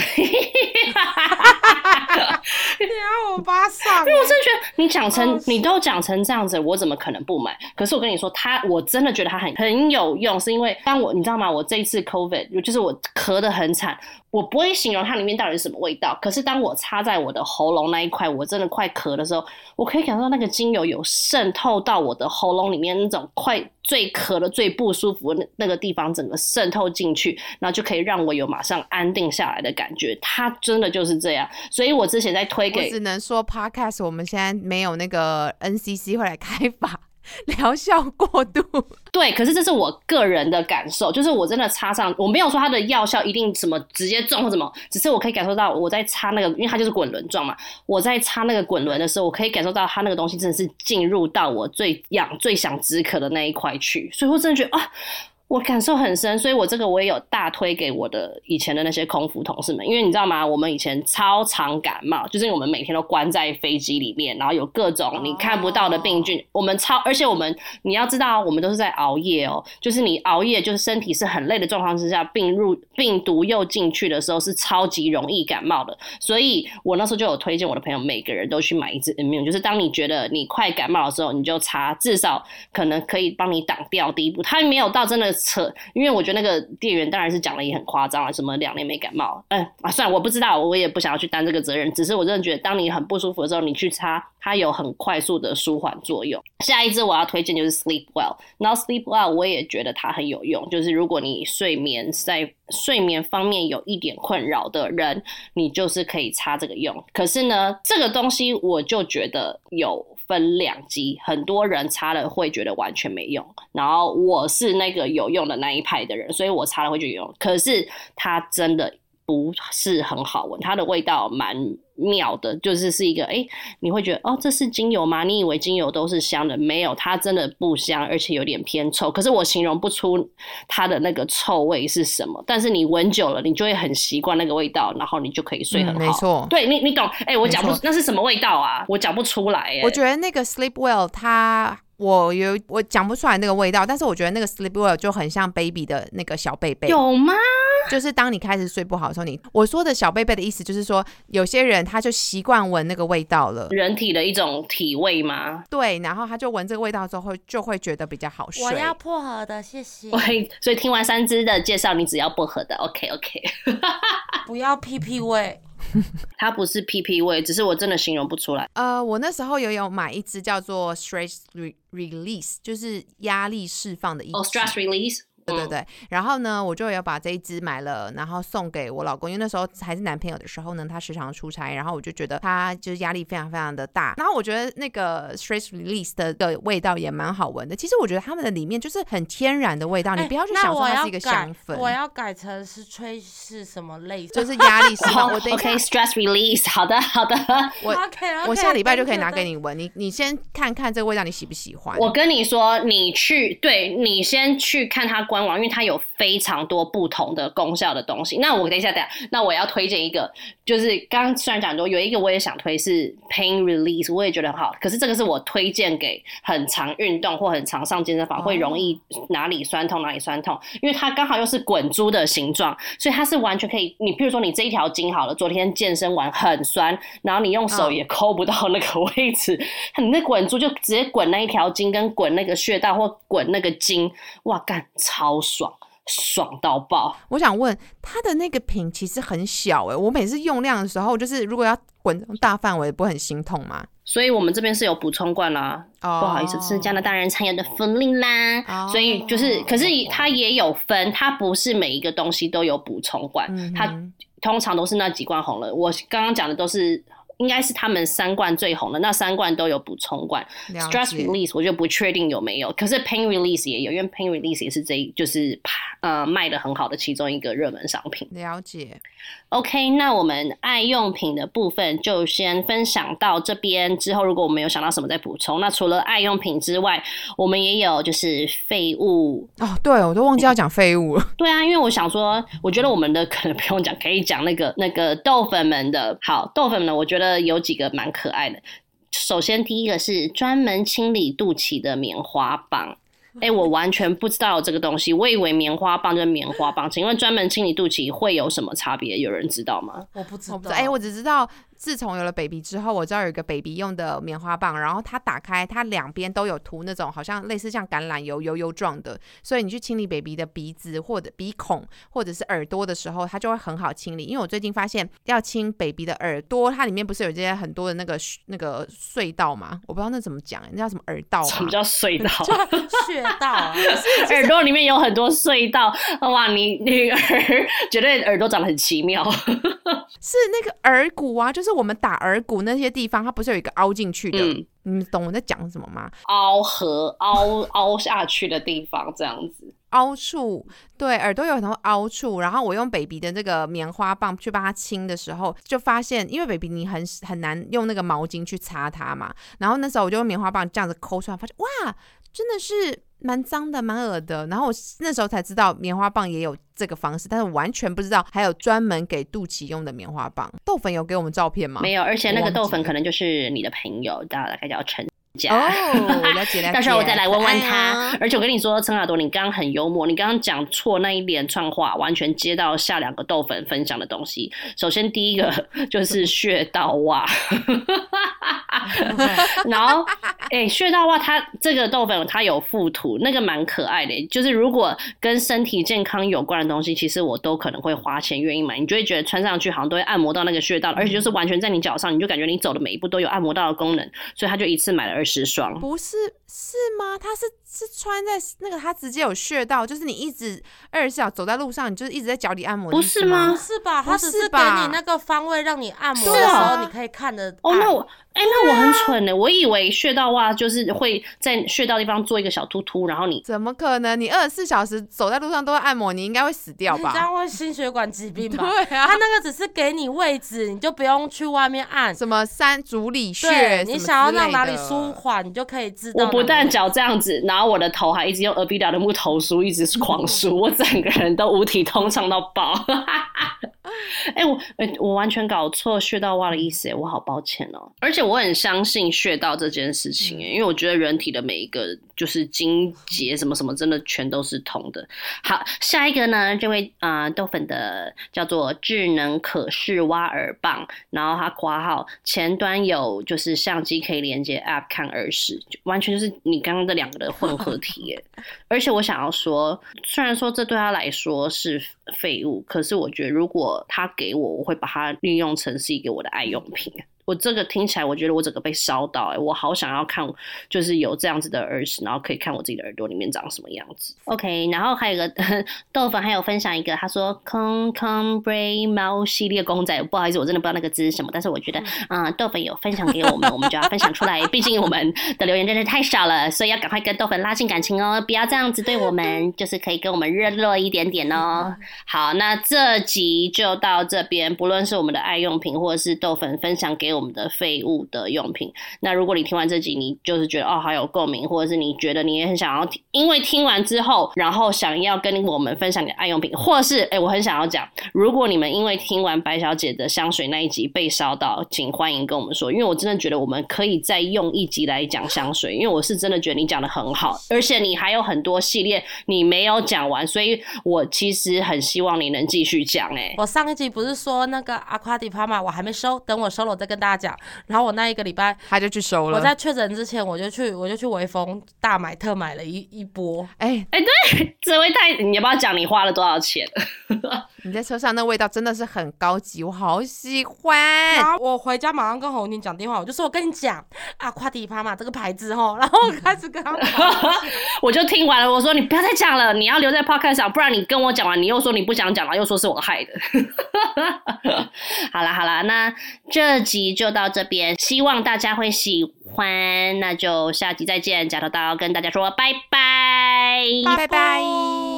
你要我巴上， 因为我真的觉得你都讲成这样子，我怎么可能不买？可是我跟你说，我真的觉得它很有用，是因为你知道吗？我这一次 COVID 就是我咳得很惨，我不会形容它里面到底是什么味道，可是当我擦在我的喉咙那一块，我真的快咳的时候，我可以感受到那个精油有渗透到我的喉咙里面那种最咳的最不舒服的那个地方，整个渗透进去，然后就可以让我有马上安定下来的感觉。它真的就是这样，所以我之前在推给， 我只能说 Podcast 我们现在没有那个 NCC 会来开罚疗效过度。 对，可是这是我个人的感受，就是我真的擦上，我没有说它的药效一定什么直接中或什么，只是我可以感受到我在擦那个，因为它就是滚轮状嘛，我在擦那个滚轮的时候，我可以感受到它那个东西真的是进入到我最想止咳的那一块去，所以我真的觉得我感受很深，所以我这个我也有大推给我的以前的那些空服同事们，因为你知道吗？我们以前超常感冒，就是因为我们每天都关在飞机里面，然后有各种你看不到的病菌，而且你要知道，我们都是在熬夜就是你熬夜，就是身体是很累的状况之下，病毒又进去的时候，是超级容易感冒的。所以我那时候就有推荐我的朋友，每个人都去买一支 Immune， 就是当你觉得你快感冒的时候，你就擦，至少可能可以帮你挡掉第一步。它没有到真的扯，因为我觉得那个店员当然是讲的也很夸张啊，什么2年没感冒，算了，我不知道，我也不想要去担这个责任，只是我真的觉得当你很不舒服的时候，你去擦，它有很快速的舒缓作用。下一支我要推荐就是 Sleep Well， 然后 Sleep Well 我也觉得它很有用，就是如果你在睡眠方面有一点困扰的人，你就是可以擦这个用。可是呢，这个东西我就觉得有分2极，很多人擦了会觉得完全没用，然后我是那个有用的那一派的人，所以我擦了会觉得有用。可是它真的不是很好闻，它的味道蛮妙的，就是一个你会觉得这是精油吗？你以为精油都是香的，没有，它真的不香，而且有点偏臭。可是我形容不出它的那个臭味是什么，但是你闻久了，你就会很习惯那个味道，然后你就可以睡很好。 没错， 对你懂？我讲不那是什么味道啊？我讲不出来。 我觉得那个 Sleep Well 它。我讲不出来那个味道，但是我觉得那个 Sleep Well 就很像 baby 的那个小贝贝。 有吗？ 就是当你开始睡不好的时候，我说的小贝贝的意思就是说，有些人他就习惯闻那个味道了， 人体的一种体味吗？ 对，然后他就闻这个味道之后就会觉得比较好睡。 我要薄荷的，谢谢。 所以听完3支的介绍，你只要薄荷的 ，OK。 不要屁屁味。 它不是屁屁味，只是我真的形容不出来。 我那时候有买一支叫做 Stress Release， 就是压力释放的一支。 Stress Release。 对，然后呢，我就有把这一支买了，然后送给我老公，因为那时候还是男朋友的时候呢，他时常出差，然后我就觉得他就是压力非常非常的大，然后我觉得那个 Stress Release 的味道也蛮好闻的。其实我觉得他们的里面就是很天然的味道，你不要去想说它是一个香粉。 我要改成是吹是什么类， 就是压力释放。 OK Stress Release， 好的。 我下礼拜就可以拿给你闻，你先看看这个味道你喜不喜欢。 我跟你说，你先去看它官网，因为它有非常多不同的功效的东西。那我等一下，那我要推荐一个，就是刚刚虽然讲多，有一个我也想推是 Pain Release， 我也觉得很好。可是这个是我推荐给很常运动或很常上健身房，会容易哪里酸痛，因为它刚好又是滚珠的形状，所以它是完全可以。你譬如说你这一条筋好了，昨天健身完很酸，然后你用手也抠不到那个位置，你那滚珠就直接滚那一条筋，跟滚那个穴道或滚那个筋，哇干超爽到爆！ 我想问，它的那个瓶其实很小我每次用量的时候，就是如果要滚大范围，不会很心痛吗？ 所以我们这边是有补充罐啦，不好意思，是加拿大人才有的福利啦。所以就是，可是它也有分，它不是每一个东西都有补充罐，它通常都是那几罐红了。我刚刚讲的都是。应该是他们3罐最红的，那3罐都有补充罐。Stress Release 我就不确定有没有，可是 Pain Release 也有，因为 Pain Release 也是就是卖的很好的其中一个热门商品。 了解。 OK， 那我们爱用品的部分就先分享到这边，之后如果我们有想到什么再补充。那除了爱用品之外，我们也有就是废物。 对，我都忘记要讲废物了。 对啊，因为我想说，我觉得我们的可能不用讲，可以讲那个豆粉们的。好，豆粉们我觉得有几个蛮可爱的。首先第一个是专门清理肚脐的棉花棒。我完全不知道有这个东西，我以为棉花棒就是棉花棒，请问专门清理肚脐会有什么差别？有人知道吗？ 我不知道。 我只知道自从有了 baby 之后，我知道有一个 baby 用的棉花棒，然后它打开，它两边都有涂那种好像类似像橄榄油油状的，所以你去清理 baby 的鼻子或者鼻孔或者是耳朵的时候，它就会很好清理。因为我最近发现要清 baby 的耳朵，它里面不是有这些很多的那个隧道吗？我不知道那怎么讲，那叫什么耳道吗？ 什么叫隧道？ 穴道啊， 耳朵里面有很多隧道。哇，你觉得耳朵长得很奇妙。 是那个耳骨啊，就是我们打耳骨那些地方，它不是有一个凹进去的？你们懂我在讲什么吗？凹下去的地方，这样子。 凹处，对，耳朵有很多凹处，然后我用 baby 的这个棉花棒去帮他清的时候，就发现，因为 baby 你很难用那个毛巾去擦它嘛，然后那时候我就用棉花棒这样子抠出来，发现哇，真的是蛮脏的，蛮恶的。然后我那时候才知道棉花棒也有这个方式，但是我完全不知道还有专门给肚脐用的棉花棒。豆粉有给我们照片吗？ 没有，而且那个豆粉可能就是你的朋友，大概叫陈。 家。 哦，了解了解。 到时候我再来问问他。 哦、 而且我跟你说，陈卡多，你刚刚很幽默，你刚刚讲错那一连串话，完全接到下2个豆粉分享的东西。首先第一个就是穴道袜，然后穴道袜它这个豆粉它有附图，那个蛮可爱的。就是如果跟身体健康有关的东西，其实我都可能会花钱愿意买。你就会觉得穿上去好像都会按摩到那个穴道，而且就是完全在你脚上，你就感觉你走的每一步都有按摩到的功能，所以他就一次买了20双。 不是吗？他是穿在那个，他直接有穴道，就是你一直24小时走在路上，你就是一直在脚底按摩， 不是吗？ 不是吧？他只是给你那个方位让你按摩的时候，你可以看得哦，那我很蠢我以为穴道袜就是会在穴道地方做一个小突突，然后你怎么可能？你24小时走在路上都会按摩，你应该会死掉吧？ 你这样会心血管疾病吧？ 对啊， 他那个只是给你位置，你就不用去外面按什么足里穴， 对，你想要让哪里舒缓，你就可以知道。 我不但脚这样子，然后我的头还一直用Avida的木头梳，一直狂梳，我整个人都五体通畅到爆。我完全搞错穴道袜的意思，我好抱歉哦。而且我很相信穴道这件事情，因为我觉得人体的每一个就是经节什么什么，真的全都是通的。好，下一个呢，这位豆粉的叫做智能可视挖耳棒，然后它括号前端有就是相机可以连接 App 看耳屎，完全就是你刚刚这2个的混合体耶。而且我想要说，虽然说这对他来说是废物，可是我觉得如果他给我会把它利用成是一个我的爱用品。我这个听起来，我觉得我整个被烧到我好想要看，就是有这样子的耳屎，然后可以看我自己的耳朵里面长什么样子。OK， 然后还有一个豆粉还有分享一个，他说空空 Bray 猫系列公仔，不好意思，我真的不知道那个字是什么，但是我觉得豆粉有分享给我们，我们就要分享出来，毕竟我们的留言真的太少了，所以要赶快跟豆粉拉近感情哦，不要这样子对我们，就是可以跟我们热络一点点哦。好，那这集就到这边，不论是我们的爱用品，或者是豆粉分享给我们的废物的用品，那如果你听完这集，你就是觉得好有共鸣，或者是你觉得你也很想要因为听完之后，然后想要跟我们分享你的爱用品，或是我很想要讲，如果你们因为听完白小姐的香水那一集被烧到，请欢迎跟我们说，因为我真的觉得我们可以再用一集来讲香水，因为我是真的觉得你讲的很好，而且你还有很多系列你没有讲完，所以我其实很希望你能继续讲。 我上一集不是说那个Acqua di Parma我还没收，等我收了我再跟大家讲。然后我那一个礼拜他就去收了。 我在确诊之前我就去微风大买特买了一波。 对，这位你要不要讲你花了多少钱？ 你在车上那味道真的是很高级，我好喜欢。 然后我回家马上跟洪婷讲电话，我就说我跟你讲Acqua di Parma这个牌子齁，然后我开始跟他们我就听完了，我说你不要再讲了，你要留在 podcast 上，不然你跟我讲完，你又说你不想讲了，又说是我害的。好啦，那这集就到这边，希望大家会喜欢，那就下集再见，假头刀跟大家说拜拜， 拜拜。